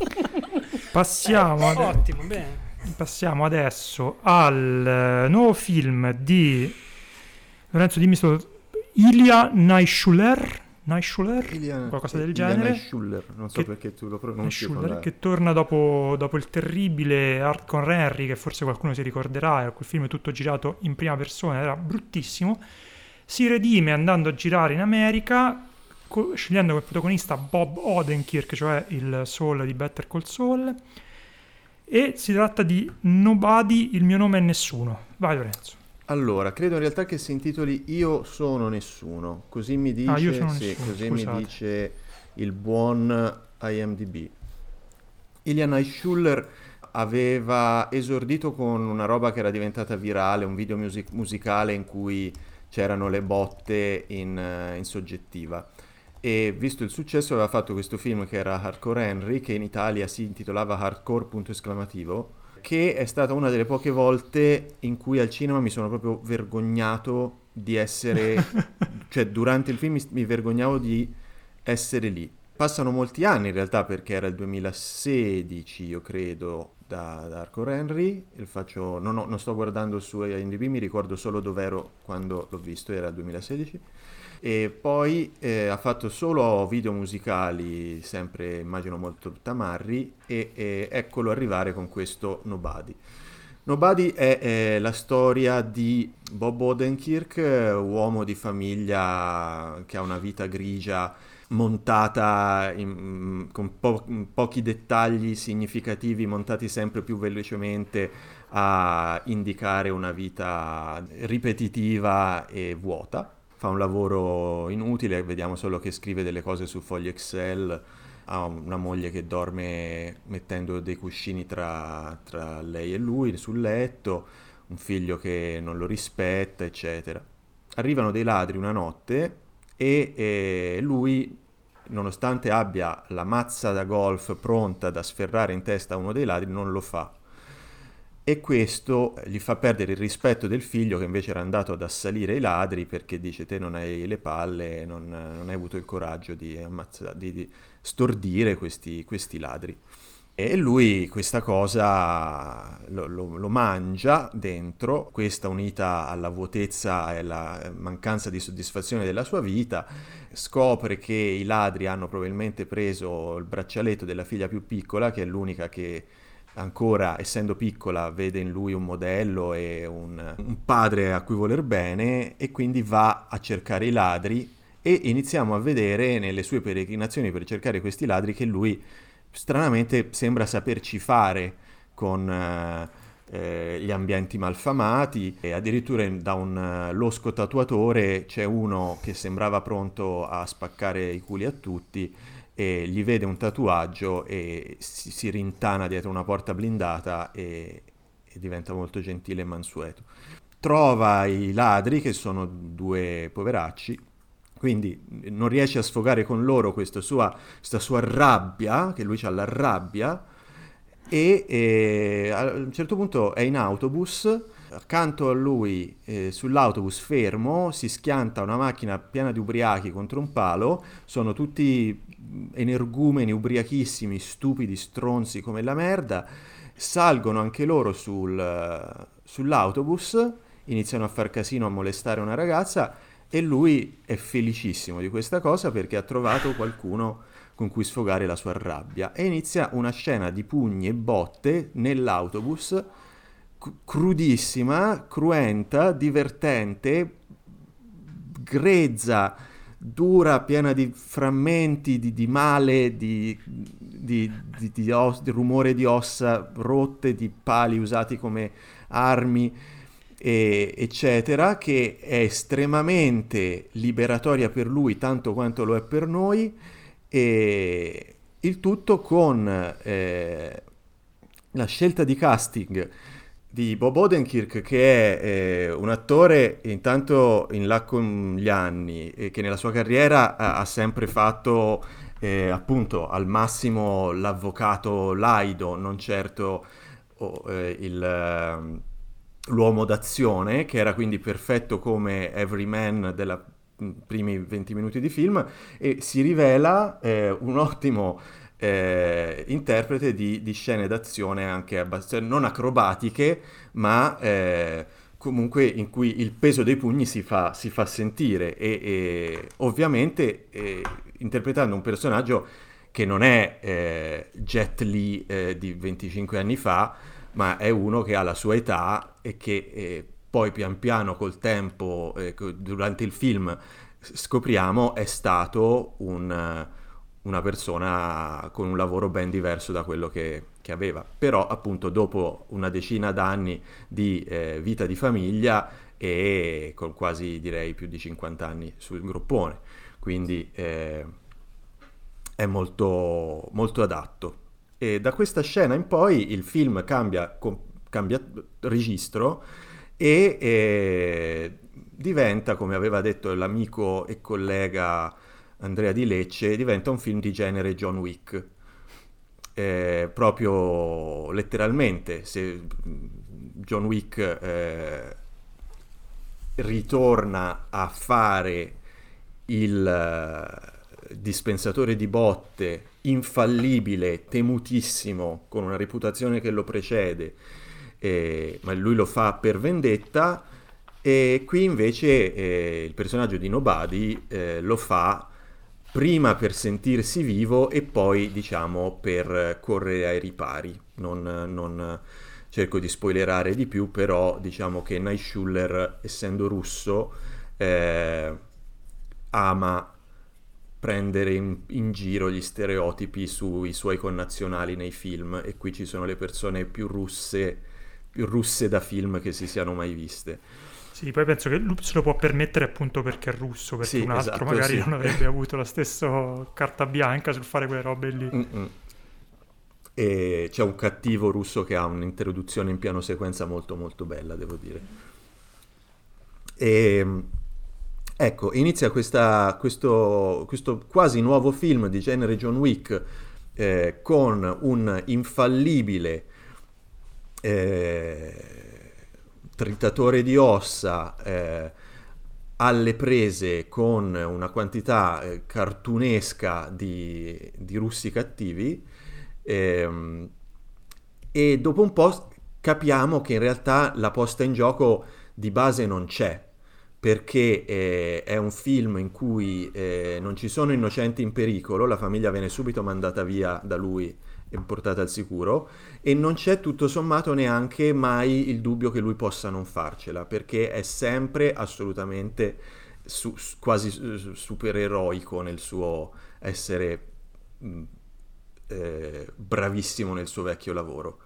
Ottimo, bene. Passiamo adesso al nuovo film di Lorenzo, dimmi solo, Ilya Naishuller, qualcosa del genere. Naishuller, non so perché tu lo pronunci con la... che torna dopo il terribile Hardcore Henry, che forse qualcuno si ricorderà, era quel film tutto girato in prima persona, era bruttissimo. Si redime andando a girare in America, scegliendo come protagonista Bob Odenkirk, cioè il Saul di Better Call Saul, e si tratta di Nobody, il mio nome è nessuno. Vai Lorenzo. Allora, credo in realtà che si intitoli Io sono nessuno, così mi dice, Io sono sì, nessuno, così scusate. mi dice il buon IMDb. Ilya Naishuller aveva esordito con una roba che era diventata virale, un video musicale in cui c'erano le botte in soggettiva. E visto il successo aveva fatto questo film che era Hardcore Henry, che in Italia si intitolava Hardcore punto esclamativo, che è stata una delle poche volte in cui al cinema mi sono proprio vergognato di essere, cioè durante il film mi vergognavo di essere lì. Passano molti anni in realtà, perché era il 2016 io credo da Hardcore Henry, non sto guardando su IMDb, mi ricordo solo dov'ero quando l'ho visto, era il 2016. E poi ha fatto solo video musicali, sempre immagino molto tamarri, e eccolo arrivare con questo Nobody. Nobody è la storia di Bob Odenkirk, uomo di famiglia che ha una vita grigia montata con pochi dettagli significativi, montati sempre più velocemente a indicare una vita ripetitiva e vuota. Fa un lavoro inutile, vediamo solo che scrive delle cose su fogli Excel, ha una moglie che dorme mettendo dei cuscini tra lei e lui sul letto, un figlio che non lo rispetta, eccetera. Arrivano dei ladri una notte e lui, nonostante abbia la mazza da golf pronta da sferrare in testa a uno dei ladri, non lo fa. E questo gli fa perdere il rispetto del figlio, che invece era andato ad assalire i ladri, perché dice: te non hai le palle, non hai avuto il coraggio di stordire questi ladri. E lui questa cosa lo mangia dentro, questa unita alla vuotezza e alla mancanza di soddisfazione della sua vita. Scopre che i ladri hanno probabilmente preso il braccialetto della figlia più piccola, che è l'unica che ancora, essendo piccola, vede in lui un modello e un padre a cui voler bene, e quindi va a cercare i ladri, e iniziamo a vedere nelle sue peregrinazioni per cercare questi ladri che lui stranamente sembra saperci fare con gli ambienti malfamati, e addirittura da un losco tatuatore c'è uno che sembrava pronto a spaccare i culi a tutti, e gli vede un tatuaggio e si rintana dietro una porta blindata e diventa molto gentile e mansueto. Trova i ladri, che sono due poveracci, quindi non riesce a sfogare con loro questa sua rabbia, che lui ha la rabbia, e a un certo punto è in autobus, accanto a lui sull'autobus fermo si schianta una macchina piena di ubriachi contro un palo, sono tutti energumeni, ubriachissimi, stupidi, stronzi come la merda, salgono anche loro sull'autobus, iniziano a far casino, a molestare una ragazza, e lui è felicissimo di questa cosa perché ha trovato qualcuno con cui sfogare la sua rabbia, e inizia una scena di pugni e botte nell'autobus, crudissima, cruenta, divertente, grezza, dura, piena di frammenti, di male, di rumore di ossa rotte, di pali usati come armi, eccetera, che è estremamente liberatoria per lui tanto quanto lo è per noi, e il tutto con la scelta di casting di Bob Odenkirk, che è un attore intanto in là con gli anni e che nella sua carriera ha sempre fatto appunto al massimo l'avvocato laido, non certo l'uomo d'azione, che era quindi perfetto come Everyman della primi 20 minuti di film, e si rivela un ottimo interprete di scene d'azione anche abbastanza non acrobatiche, ma comunque in cui il peso dei pugni si fa sentire e ovviamente interpretando un personaggio che non è Jet Li di 25 anni fa, ma è uno che ha la sua età e che poi pian piano col tempo, durante il film, scopriamo è stato una persona con un lavoro ben diverso da quello che aveva. Però appunto dopo una decina d'anni di vita di famiglia e con quasi direi più di 50 anni sul groppone, quindi è molto, molto adatto. E da questa scena in poi il film cambia registro e diventa, come aveva detto l'amico e collega Andrea Di Lecce, diventa un film di genere John Wick. Proprio letteralmente, se John Wick ritorna a fare il dispensatore di botte infallibile, temutissimo, con una reputazione che lo precede, ma lui lo fa per vendetta, e qui invece il personaggio di Nobody lo fa prima per sentirsi vivo e poi diciamo per correre ai ripari. Non cerco di spoilerare di più, però diciamo che Naishuller, essendo russo, ama prendere in giro gli stereotipi sui suoi connazionali nei film, e qui ci sono le persone più russe da film che si siano mai viste. Sì, poi penso che se lo può permettere appunto perché è russo, perché Sì, un altro esatto, magari sì. non avrebbe avuto la stessa carta bianca sul fare quelle robe lì. Mm-mm. E c'è un cattivo russo che ha un'introduzione in piano sequenza molto molto bella, devo dire. E ecco, inizia questo quasi nuovo film di genere John Wick con un infallibile tritatore di ossa alle prese con una quantità cartunesca di russi cattivi, e dopo un po' capiamo che in realtà la posta in gioco di base non c'è, perché è un film in cui non ci sono innocenti in pericolo, la famiglia viene subito mandata via da lui e portata al sicuro, e non c'è tutto sommato neanche mai il dubbio che lui possa non farcela, perché è sempre assolutamente quasi supereroico nel suo essere bravissimo nel suo vecchio lavoro.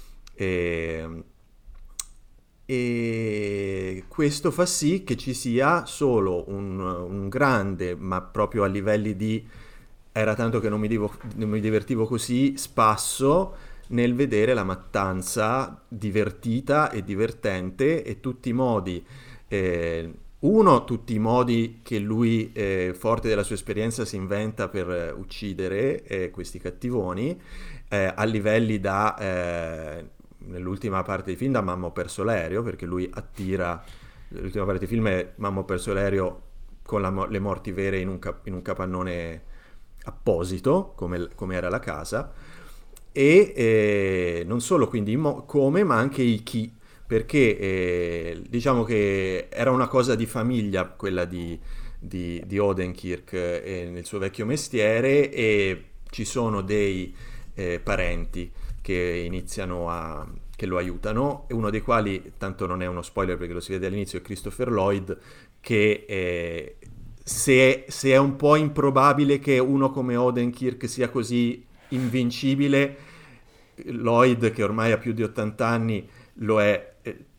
E questo fa sì che ci sia solo un grande, ma proprio a livelli di era tanto che non mi divertivo così, spasso nel vedere la mattanza divertita e divertente, e tutti i modi, tutti i modi che lui, forte della sua esperienza, si inventa per uccidere questi cattivoni, a livelli nell'ultima parte del film da Mamma ho perso l'aereo, perché lui attira, l'ultima parte del film è Mamma ho perso l'aereo con le morti vere in un capannone apposito, come era la casa, e non solo quindi come, ma anche i chi, perché diciamo che era una cosa di famiglia quella di Odenkirk nel suo vecchio mestiere, e ci sono dei parenti che che lo aiutano, e uno dei quali, tanto non è uno spoiler perché lo si vede all'inizio, è Christopher Lloyd, che se è un po' improbabile che uno come Odenkirk sia così invincibile, Lloyd, che ormai ha più di 80 anni, lo è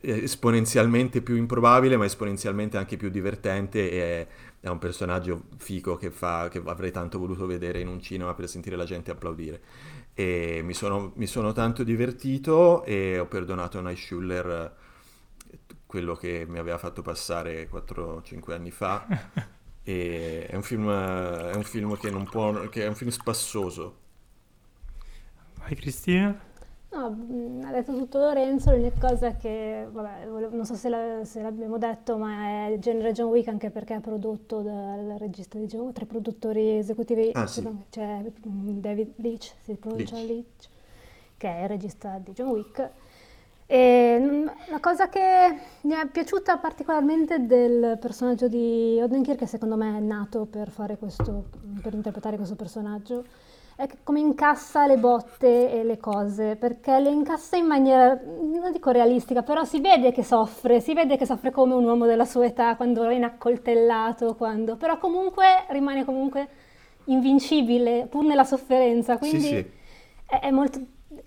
esponenzialmente più improbabile, ma esponenzialmente anche più divertente, e è un personaggio figo che avrei tanto voluto vedere in un cinema per sentire la gente applaudire. E mi sono tanto divertito, e ho perdonato a Naishuller quello che mi aveva fatto passare 4-5 anni fa. E è un film che non può, che è un film spassoso. Vai Cristina? No, ha detto tutto Lorenzo. L'unica cosa che, vabbè, non so se l'abbiamo detto, ma è il genere John Wick, anche perché è prodotto dal regista di John Wick, tra i produttori esecutivi. Sì. C'è David Leitch, si pronuncia Leitch, che è il regista di John Wick. E la cosa che mi è piaciuta particolarmente del personaggio di Odenkirk, che secondo me è nato per interpretare questo personaggio, è che come incassa le botte e le cose, perché le incassa in maniera, non dico realistica, però si vede che soffre come un uomo della sua età quando è inaccoltellato, però comunque rimane comunque invincibile pur nella sofferenza, quindi Sì. è molto...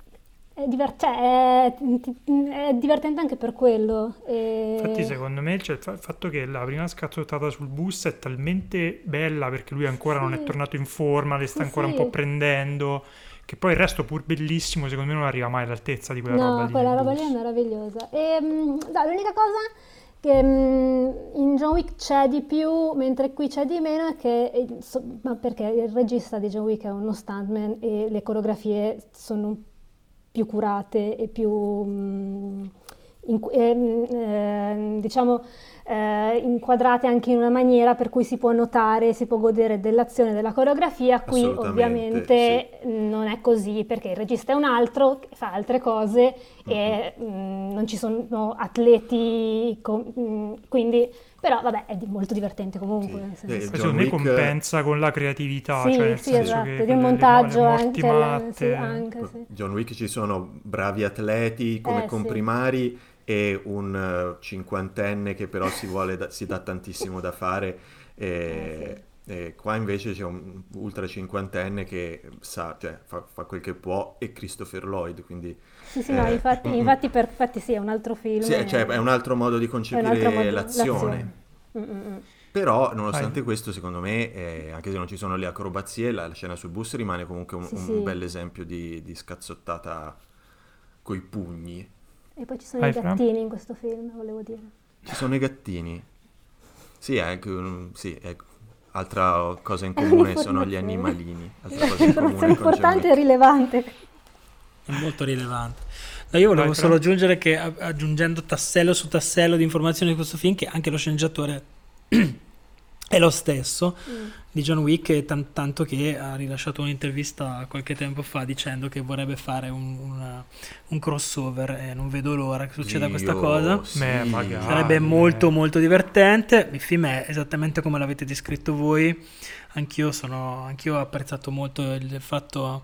è divertente anche per quello. Infatti secondo me c'è il fatto che la prima scazzottata sul bus è talmente bella, perché lui ancora non è tornato in forma, le sta ancora un po' prendendo, che poi il resto, pur bellissimo, secondo me non arriva mai all'altezza di quella roba lì. No, quella del roba bus. lì è meravigliosa. L'unica cosa che in John Wick c'è di più, mentre qui c'è di meno, è che ma perché il regista di John Wick è uno stuntman e le coreografie sono più curate e più inquadrate anche in una maniera per cui si può notare, si può godere dell'azione, della coreografia. Qui ovviamente non è così, perché il regista è un altro, fa altre cose e non ci sono atleti, quindi però vabbè, è molto divertente comunque. Sì. Nel senso. Secondo me compensa con la creatività, Sì, cioè nel sì, senso esatto, che di un montaggio le morti anche, matte. anche sì. John Wick ci sono bravi atleti come comprimari e un cinquantenne che però si dà tantissimo da fare. E qua invece c'è un ultra cinquantenne che sa, cioè, fa quel che può, e Christopher Lloyd, quindi... Sì, no, infatti sì, è un altro film. Sì, cioè, è un altro modo di concepire l'azione. Però, nonostante questo, secondo me, anche se non ci sono le acrobazie, la scena sul bus rimane comunque un bel esempio di scazzottata coi pugni. E poi ci sono i gattini in questo film, volevo dire. Ci sono i gattini. Sì, ecco. Altra cosa in comune sono gli animalini. Altra cosa in comune importante e rilevante. È molto rilevante. No, io volevo solo aggiungere che, aggiungendo tassello su tassello di informazioni di questo film, che anche lo sceneggiatore è lo stesso di John Wick, e tanto che ha rilasciato un'intervista qualche tempo fa dicendo che vorrebbe fare un crossover, e non vedo l'ora che succeda questa cosa. Sì. Sarebbe molto molto divertente. Il film è esattamente come l'avete descritto voi. Anch'io ho apprezzato molto il fatto,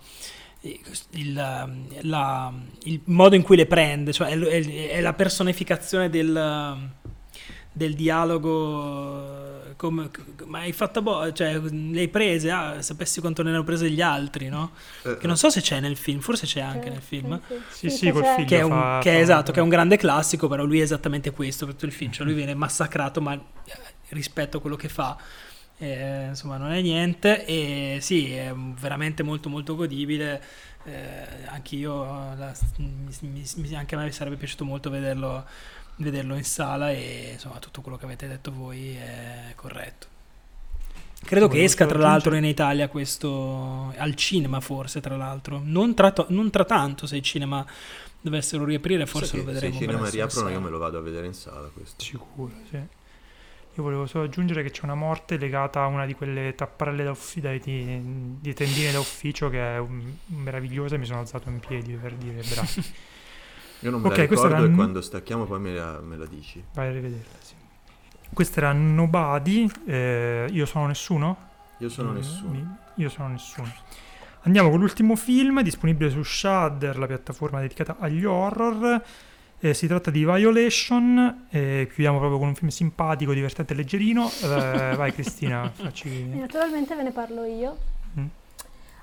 il modo in cui le prende, cioè è la personificazione del dialogo. Ma hai fatto cioè le hai prese, sapessi quanto ne hanno prese gli altri, no? Che non so se c'è nel film, forse c'è anche nel film. Sì, col figlio che è un grande classico, però lui è esattamente questo per tutto il film, cioè lui viene massacrato, ma rispetto a quello che fa, insomma, non è niente. E sì, è veramente molto molto godibile. Anch'io anche a me sarebbe piaciuto molto vederlo in sala, e insomma tutto quello che avete detto voi è corretto. Credo che esca tra l'altro in Italia questo al cinema, forse, tra l'altro non tra tanto. Se i cinema dovessero riaprire, forse lo vedremo. Se i cinema riaprono, io me lo vado a vedere in sala, questo sicuro, sì. Io volevo solo aggiungere che c'è una morte legata a una di quelle tapparelle di tendine da ufficio, che è meravigliosa, e mi sono alzato in piedi per dire bravo. Io non me la ricordo, e quando stacchiamo poi me la dici. Vai a rivederla, sì. Questa era Nobody. Io sono nessuno? Io sono nessuno. Io sono nessuno. Andiamo con l'ultimo film, disponibile su Shudder, la piattaforma dedicata agli horror. Si tratta di Violation. Chiudiamo proprio con un film simpatico, divertente e leggerino. Vai Cristina, facci... Naturalmente ve ne parlo io.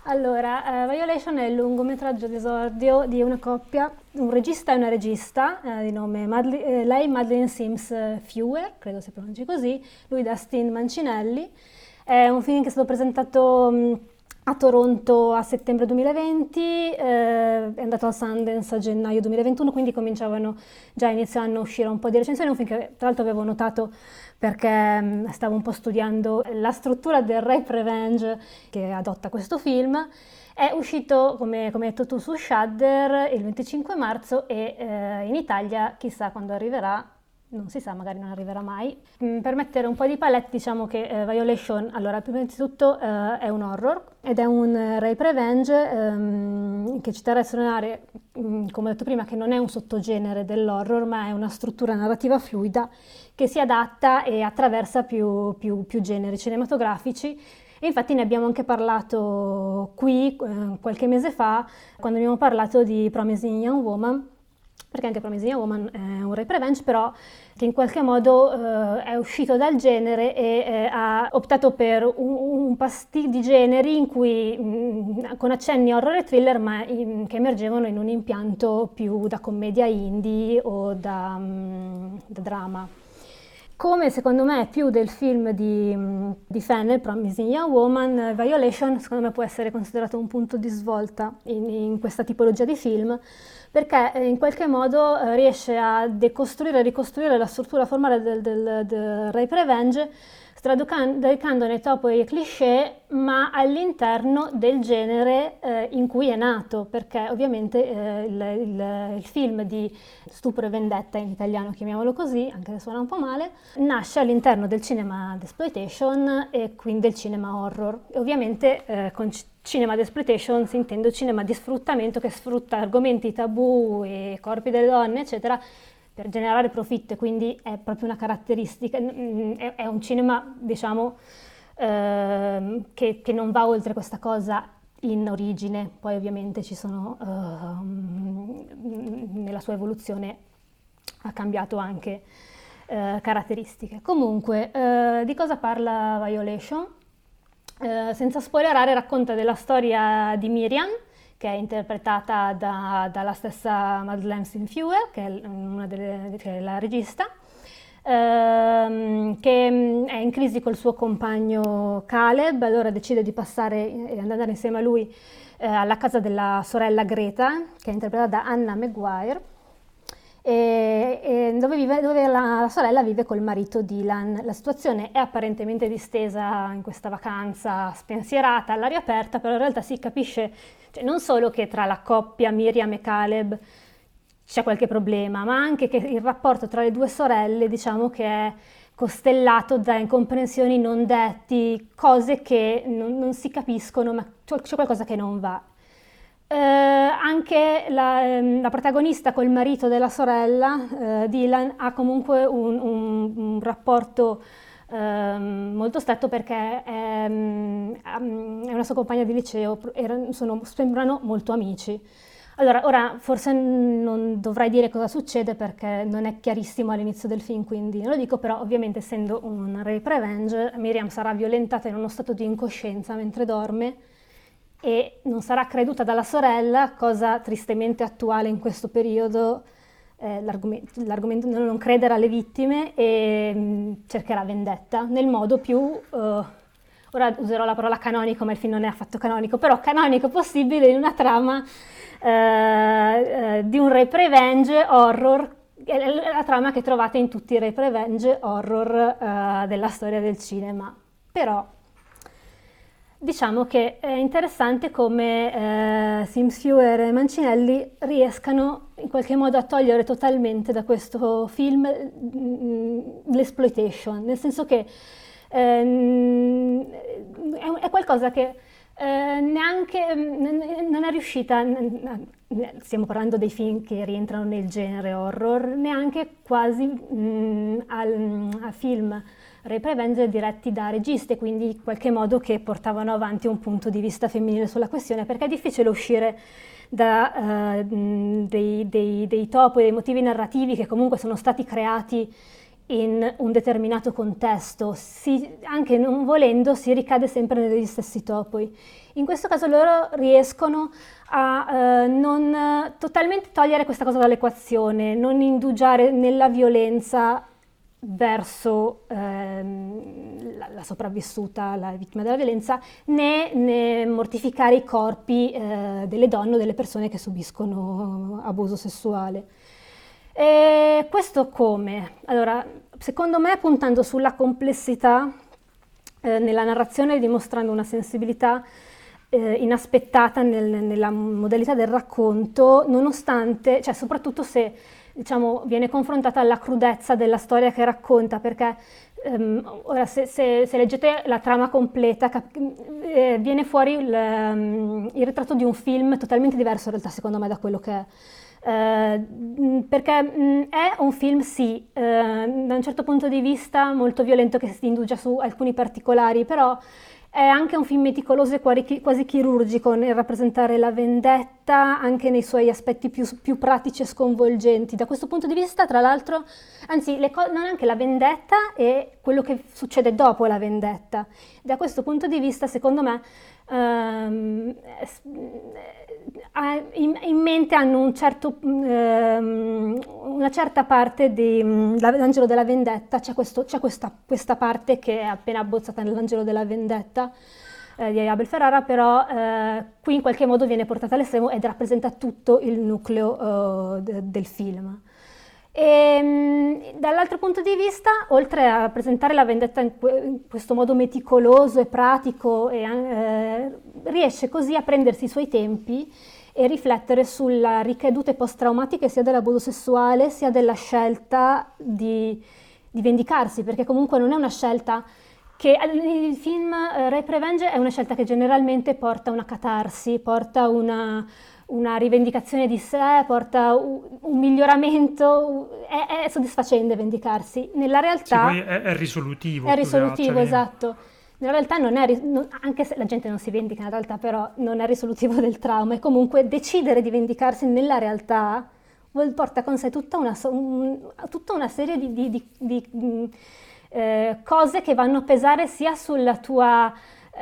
Allora, Violation è il lungometraggio d'esordio di una coppia, un regista e una regista, di nome lei Madeleine Sims Fewer, credo si pronunci così, lui Dustin Mancinelli. È un film che è stato presentato a Toronto a settembre 2020, è andato a Sundance a gennaio 2021, quindi iniziavano a uscire un po' di recensioni. È un film che tra l'altro avevo notato perché stavo un po' studiando la struttura del rape revenge che adotta questo film. È uscito, come hai detto tu, su Shudder il 25 marzo e in Italia chissà quando arriverà. Non si sa, magari non arriverà mai. Per mettere un po' di paletti, diciamo che Violation, allora, prima di tutto è un horror ed è un rape revenge che ci terrà a sottolineare, come ho detto prima, che non è un sottogenere dell'horror, ma è una struttura narrativa fluida che si adatta e attraversa più generi cinematografici. E infatti ne abbiamo anche parlato qui qualche mese fa, quando abbiamo parlato di Promising Young Woman, perché anche Promising Young Woman è un rape revenge, però che in qualche modo è uscito dal genere e ha optato per un pasticcio di generi in cui, con accenni horror e thriller, ma che emergevano in un impianto più da commedia indie o da drama. Come secondo me più del film di Fennell, Promising Young Woman, Violation secondo me può essere considerato un punto di svolta in questa tipologia di film, perché in qualche modo riesce a decostruire e ricostruire la struttura formale del rape revenge, traducendone troppo i cliché, ma all'interno del genere in cui è nato, perché ovviamente il film di Stupro e vendetta, in italiano chiamiamolo così, anche se suona un po' male, nasce all'interno del cinema d'exploitation e quindi del cinema horror. E ovviamente con cinema d'exploitation si intende cinema di sfruttamento che sfrutta argomenti tabù e corpi delle donne, eccetera, per generare profitto, quindi è proprio una caratteristica, è un cinema, diciamo, che non va oltre questa cosa in origine, poi ovviamente ci sono, nella sua evoluzione ha cambiato anche caratteristiche. Comunque, di cosa parla Violation? Senza spoilerare, racconta della storia di Miriam, che è interpretata dalla stessa Madeleine Sims Fewer, che è la regista, che è in crisi col suo compagno Caleb. Allora decide di passare e andare insieme a lui alla casa della sorella Greta, che è interpretata da Anna Maguire, dove la sorella vive col marito Dylan. La situazione è apparentemente distesa in questa vacanza spensierata, all'aria aperta, però in realtà si capisce, cioè, non solo che tra la coppia Miriam e Caleb c'è qualche problema, ma anche che il rapporto tra le due sorelle, diciamo, che è costellato da incomprensioni non detti, cose che non si capiscono, ma c'è qualcosa che non va. Anche la protagonista col marito della sorella, Dylan, ha comunque un rapporto molto stretto, perché è una sua compagna di liceo, sembrano molto amici. Allora, ora forse non dovrei dire cosa succede perché non è chiarissimo all'inizio del film, quindi non lo dico, però ovviamente essendo un rape revenge, Miriam sarà violentata in uno stato di incoscienza mentre dorme e non sarà creduta dalla sorella, cosa tristemente attuale in questo periodo, l'argomento non credere alle vittime, e cercherà vendetta nel modo più, ora userò la parola canonico, ma il film non è affatto canonico, però canonico possibile, in una trama di un rape revenge horror, la trama che trovate in tutti i rape revenge horror della storia del cinema. Però diciamo che è interessante come Sims Fewer e Mancinelli riescano in qualche modo a togliere totalmente da questo film l'exploitation, nel senso che è qualcosa che neanche non è riuscita, stiamo parlando dei film che rientrano nel genere horror, neanche quasi a film rape revenge diretti da registe, quindi in qualche modo che portavano avanti un punto di vista femminile sulla questione, perché è difficile uscire da dei topi e dei motivi narrativi che comunque sono stati creati in un determinato contesto, anche non volendo si ricade sempre negli stessi topoi. In questo caso loro riescono a non totalmente togliere questa cosa dall'equazione, non indugiare nella violenza verso la sopravvissuta, la vittima della violenza, né mortificare i corpi delle donne o delle persone che subiscono abuso sessuale. E questo come? Allora, secondo me puntando sulla complessità nella narrazione, dimostrando una sensibilità inaspettata nella modalità del racconto, nonostante, cioè soprattutto se diciamo viene confrontata alla crudezza della storia che racconta, perché ora se leggete la trama completa viene fuori il ritratto di un film totalmente diverso in realtà secondo me da quello che è. Perché è un film sì, da un certo punto di vista molto violento che si indugia su alcuni particolari, però è anche un film meticoloso e quasi chirurgico nel rappresentare la vendetta anche nei suoi aspetti più pratici e sconvolgenti. Da questo punto di vista, tra l'altro, anzi, non anche la vendetta e quello che succede dopo la vendetta. Da questo punto di vista, secondo me, in mente hanno una certa parte dell'Angelo della Vendetta, c'è questa parte che è appena abbozzata nell'Angelo della Vendetta di Abel Ferrara, però qui in qualche modo viene portata all'estremo ed rappresenta tutto il nucleo del film. E dall'altro punto di vista, oltre a presentare la vendetta in questo modo meticoloso e pratico, riesce così a prendersi i suoi tempi e riflettere sulla ricadute post-traumatiche sia dell'abuso sessuale sia della scelta di vendicarsi, perché comunque non è una scelta che il film Rape Revenge è una scelta che generalmente porta una catarsi, porta una rivendicazione di sé, porta un miglioramento, è soddisfacente vendicarsi. Nella realtà sì, poi è risolutivo. È risolutivo, esatto. Nella realtà anche se la gente non si vendica in realtà, però non è risolutivo del trauma, e comunque decidere di vendicarsi nella realtà porta con sé tutta una serie di cose che vanno a pesare sia sulla tua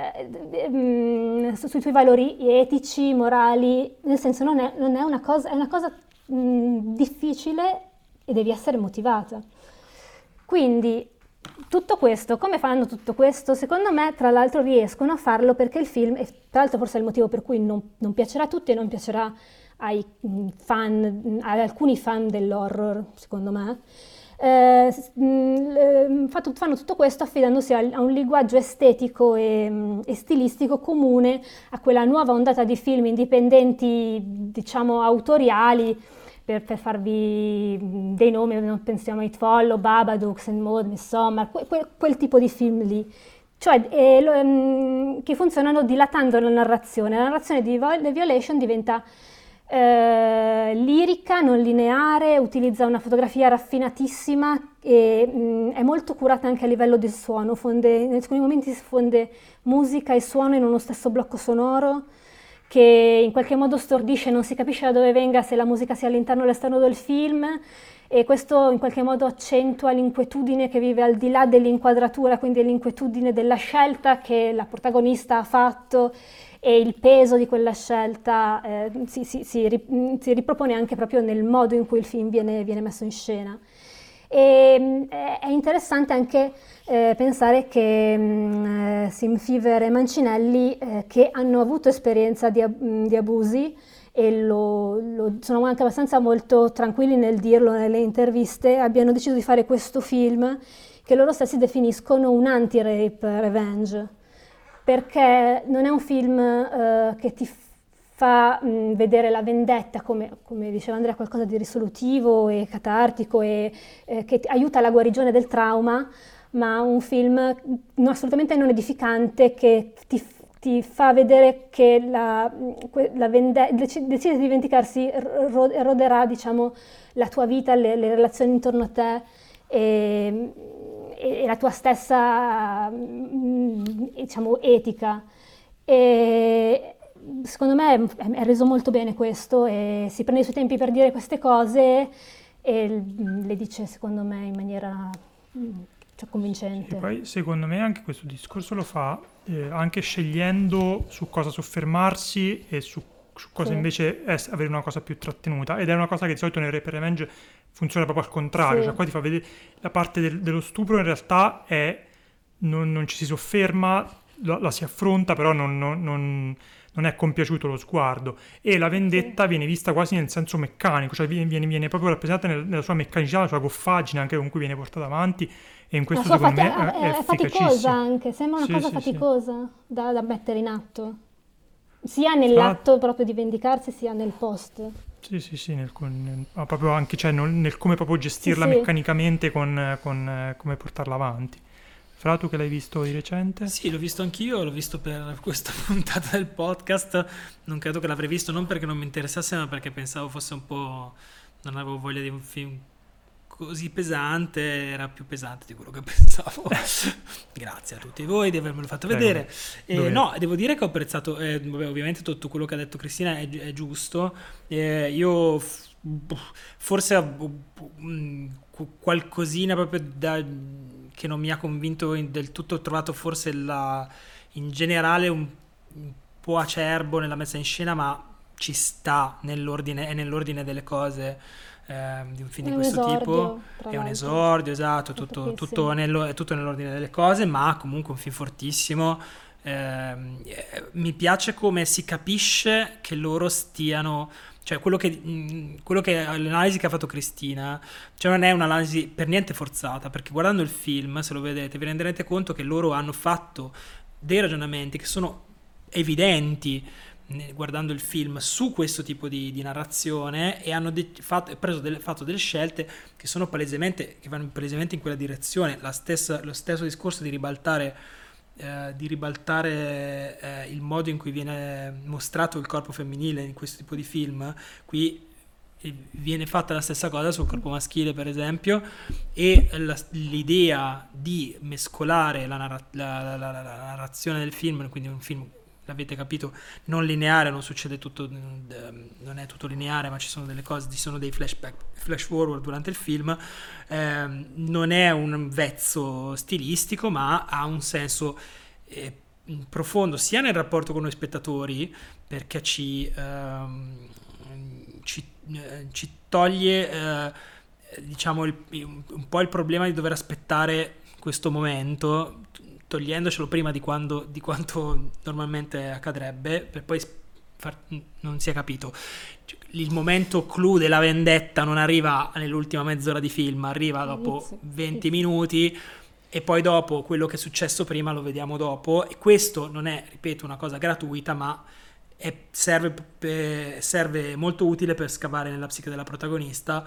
sui tuoi valori etici, morali, nel senso non è una cosa, è una cosa difficile e devi essere motivata. Quindi tutto questo, come fanno tutto questo? Secondo me, tra l'altro, riescono a farlo perché il film, e tra l'altro forse è il motivo per cui non piacerà a tutti e non piacerà ai alcuni fan dell'horror, secondo me, fanno tutto questo affidandosi a un linguaggio estetico e stilistico comune a quella nuova ondata di film indipendenti, diciamo autoriali, per farvi dei nomi, pensiamo a It Follow, Babadook, St. Maud, Midsommar, quel tipo di film lì, cioè che funzionano dilatando la narrazione. La narrazione di The Violation diventa lirica, non lineare, utilizza una fotografia raffinatissima e è molto curata anche a livello del suono, in alcuni momenti si fonde musica e suono in uno stesso blocco sonoro che in qualche modo stordisce, non si capisce da dove venga, se la musica sia all'interno o all'esterno del film, e questo in qualche modo accentua l'inquietudine che vive al di là dell'inquadratura, quindi l'inquietudine della scelta che la protagonista ha fatto, e il peso di quella scelta si ripropone anche proprio nel modo in cui il film viene messo in scena. E è interessante anche pensare che Sim Fever e Mancinelli, che hanno avuto esperienza di abusi e sono anche abbastanza molto tranquilli nel dirlo nelle interviste, abbiano deciso di fare questo film che loro stessi definiscono un anti-rape revenge, perché non è un film che ti fa vedere la vendetta, come diceva Andrea, qualcosa di risolutivo e catartico e che aiuta alla guarigione del trauma, ma un film assolutamente non edificante che ti fa vedere che la vendetta decide di vendicarsi, eroderà, diciamo, la tua vita, le relazioni intorno a te e la tua stessa, diciamo, etica. E secondo me è reso molto bene questo, e si prende i suoi tempi per dire queste cose e le dice, secondo me, in maniera cioè, convincente. E poi secondo me anche questo discorso lo fa anche scegliendo su cosa soffermarsi e su cosa Sì. invece avere una cosa più trattenuta, ed è una cosa che di solito nel Rape Revenge funziona proprio al contrario, Sì. cioè qua ti fa vedere la parte dello stupro, in realtà non ci si sofferma, la si affronta, però non è compiaciuto lo sguardo, e la vendetta viene vista quasi nel senso meccanico, cioè viene proprio rappresentata nella sua meccanicità, nella sua goffaggine anche con cui viene portata avanti, e in questo secondo me è faticosa efficacissimo. anche, sembra una Sì, cosa sì, sì. faticosa da mettere in atto, sia nell'atto proprio di vendicarsi, sia nel post. Sì, ma proprio anche cioè, nel come proprio gestirla Sì. meccanicamente con come portarla avanti. Fra, tu che l'hai visto di recente? Sì, l'ho visto anch'io, l'ho visto per questa puntata del podcast. Non credo che l'avrei visto, non perché non mi interessasse, ma perché pensavo fosse un po'... non avevo voglia di un film così pesante, era più pesante di quello che pensavo. Grazie a tutti voi di avermelo fatto vedere. No, devo dire che ho apprezzato, vabbè, ovviamente tutto quello che ha detto Cristina è giusto. Io forse qualcosina proprio che non mi ha convinto del tutto, ho trovato forse in generale un po' acerbo nella messa in scena, ma ci sta è nell'ordine delle cose di un film di questo tipo. È un esordio, esatto, tutto nell'ordine delle cose, ma comunque un film fortissimo. Mi piace come si capisce che loro stiano, cioè quello che l'analisi che ha fatto Cristina, cioè non è un'analisi per niente forzata, perché guardando il film, se lo vedete, vi renderete conto che loro hanno fatto dei ragionamenti che sono evidenti guardando il film su questo tipo di narrazione, e hanno fatto delle scelte che vanno palesemente in quella direzione. Lo stesso discorso di ribaltare il modo in cui viene mostrato il corpo femminile in questo tipo di film. Qui viene fatta la stessa cosa sul corpo maschile, per esempio, e l'idea di mescolare la narrazione del film, quindi un film, l'avete capito, non lineare, non succede tutto, non è tutto lineare, ma ci sono delle cose, ci sono dei flash forward durante il film. Non è un vezzo stilistico, ma ha un senso profondo sia nel rapporto con noi spettatori, perché ci toglie diciamo un po' il problema di dover aspettare questo momento, togliendocelo prima di quanto normalmente accadrebbe, per poi non si è capito. Il momento clou della vendetta non arriva nell'ultima mezz'ora di film, arriva dopo 20 minuti, e poi dopo quello che è successo prima lo vediamo dopo, e questo non è, ripeto, una cosa gratuita, ma serve molto utile per scavare nella psiche della protagonista,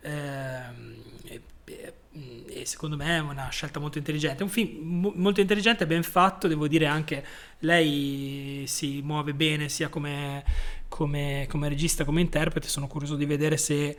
e secondo me è una scelta molto intelligente. È un film molto intelligente, ben fatto, devo dire. Anche lei si muove bene sia come regista, come interprete. Sono curioso di vedere se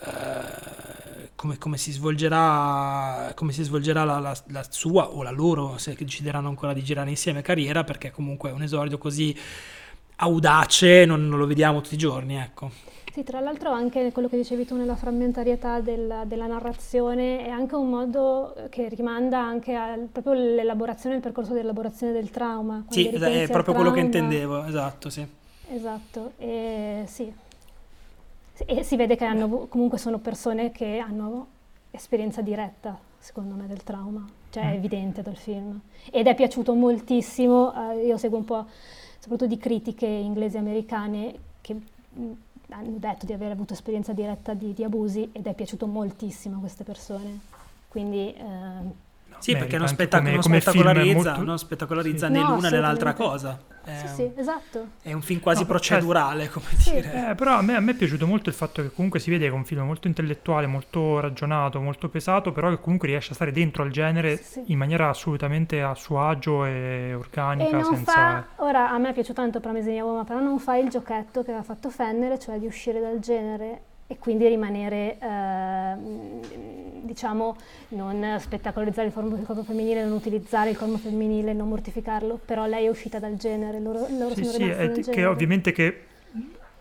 come si svolgerà la sua o la loro, se decideranno ancora di girare insieme, carriera, perché comunque un esordio così audace non lo vediamo tutti i giorni, ecco. Sì, tra l'altro anche quello che dicevi tu nella frammentarietà della narrazione è anche un modo che rimanda anche proprio l'elaborazione, il percorso di elaborazione del trauma. Sì, è proprio quello che intendevo, esatto, sì. Esatto, e sì. E si vede che comunque sono persone che hanno esperienza diretta, secondo me, del trauma, cioè è evidente dal film. Ed è piaciuto moltissimo, io seguo un po' soprattutto di critiche inglesi e americane che hanno detto di aver avuto esperienza diretta di abusi, ed è piaciuto moltissimo a queste persone. Quindi sì, perché non spettacolarizza né l'una né l'altra cosa. Sì, esatto. È un film quasi procedurale, come dire. Però a me è piaciuto molto il fatto che comunque si vede che è un film molto intellettuale, molto ragionato, molto pesato, però che comunque riesce a stare dentro al genere in maniera assolutamente a suo agio e organica. Ora, a me è piaciuto tanto Promising Young Woman, però non fa il giochetto che aveva fatto Fenner, cioè di uscire dal genere e quindi rimanere, diciamo, non spettacolarizzare il corpo femminile, non utilizzare il corpo femminile, non mortificarlo, però lei è uscita dal genere, loro sono rimasti nel genere. Che ovviamente che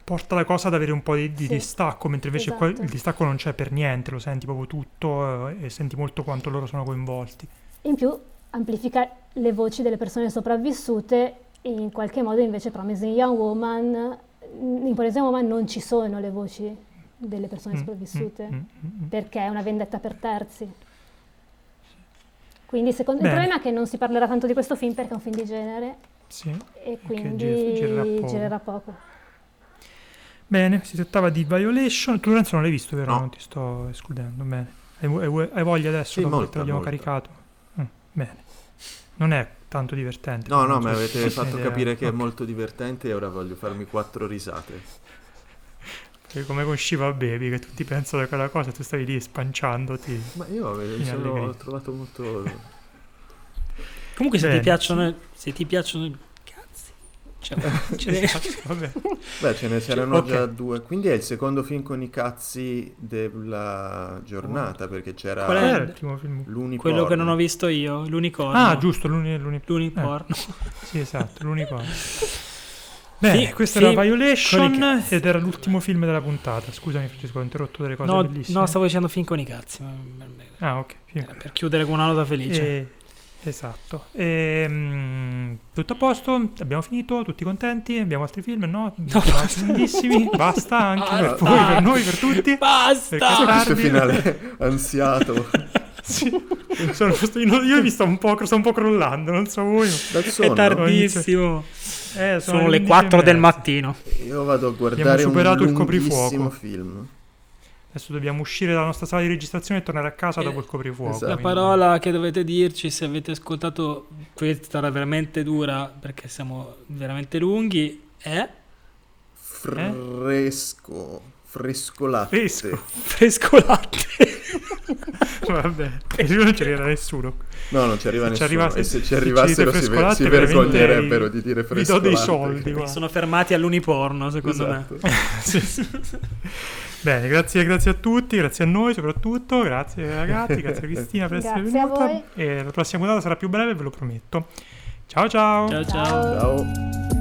porta la cosa ad avere un po' di Sì, distacco, mentre invece qua esatto. il distacco non c'è per niente, lo senti proprio tutto e senti molto quanto loro sono coinvolti. In più amplifica le voci delle persone sopravvissute e in qualche modo invece Promising Young Woman, in Promising Young Woman non ci sono le voci delle persone sopravvissute perché è una vendetta per terzi. Quindi il Bene. problema è che non si parlerà tanto di questo film perché è un film di genere Sì. e Che quindi girerà girerà poco. poco. Bene, si trattava di Violation. Tu Lorenzo non l'hai visto, vero? No. Non ti sto escludendo. Bene. Hai voglia adesso Sì, dopo che molta, te l'abbiamo molta. caricato? Bene. Non è tanto divertente. No, non mi so avete se fatto idea. capire che è Ok. molto divertente e ora voglio farmi 4 risate. Perché come con Shiva Baby, che tutti pensano a quella cosa e tu stavi lì spanciandoti. Ma io In allegria. ho trovato molto... Comunque se Bene. se ti piacciono i cazzi, cioè, ce ne- Esatto, vabbè. Beh, ce ne c'erano Ok. già 2. Quindi è il secondo film con i cazzi della giornata, perché c'era Qual Qual è? era il primo film? l'unicorno. quello che non ho visto io, l'unicorno. Ah, giusto, L'unicorno. Sì, esatto, l'unicorno. Bene, Fi- questo fi- era con i Violation cazzi. ed era l'ultimo film della puntata. Scusami Francesco, ho interrotto delle cose No, bellissime. no, stavo dicendo fin con i cazzi. Ah, ok. Per chiudere con una nota felice. Esatto. Tutto a posto? Abbiamo finito? Tutti contenti? Abbiamo altri film? No? basta. Lunghissimi? Basta anche per Basta. voi, per noi, per tutti? Basta! Perché Questo tardi. finale ansiato. Sì. Io mi sto un po' crollando, non so voi. Dal È sonno. tardissimo. Sono le 11:30. 4 del mattino. Io vado a Abbiamo guardare un superato il lunghissimo coprifuoco. film. Adesso dobbiamo uscire dalla nostra sala di registrazione e tornare a casa dopo il coprifuoco. esatto. La quindi- parola che dovete dirci se avete ascoltato questa era veramente dura perché siamo veramente lunghi è Fresco latte. Fresco. fresco latte. Vabbè, non ci arriverà nessuno. No, non ci arriva Se ci nessuno. arrivasse- e se ci se ci arrivassero dite si, fresco latte, si vergognerebbero veramente di dire vi fresco do dei latte. soldi, guarda. Sono fermati all'uniporno secondo Esatto. Sì. Bene, grazie a tutti, grazie a noi soprattutto, grazie ragazzi, grazie a Cristina per essere Grazie a venuta. voi. E la prossima puntata sarà più breve, ve lo prometto. Ciao ciao! Ciao ciao. Ciao.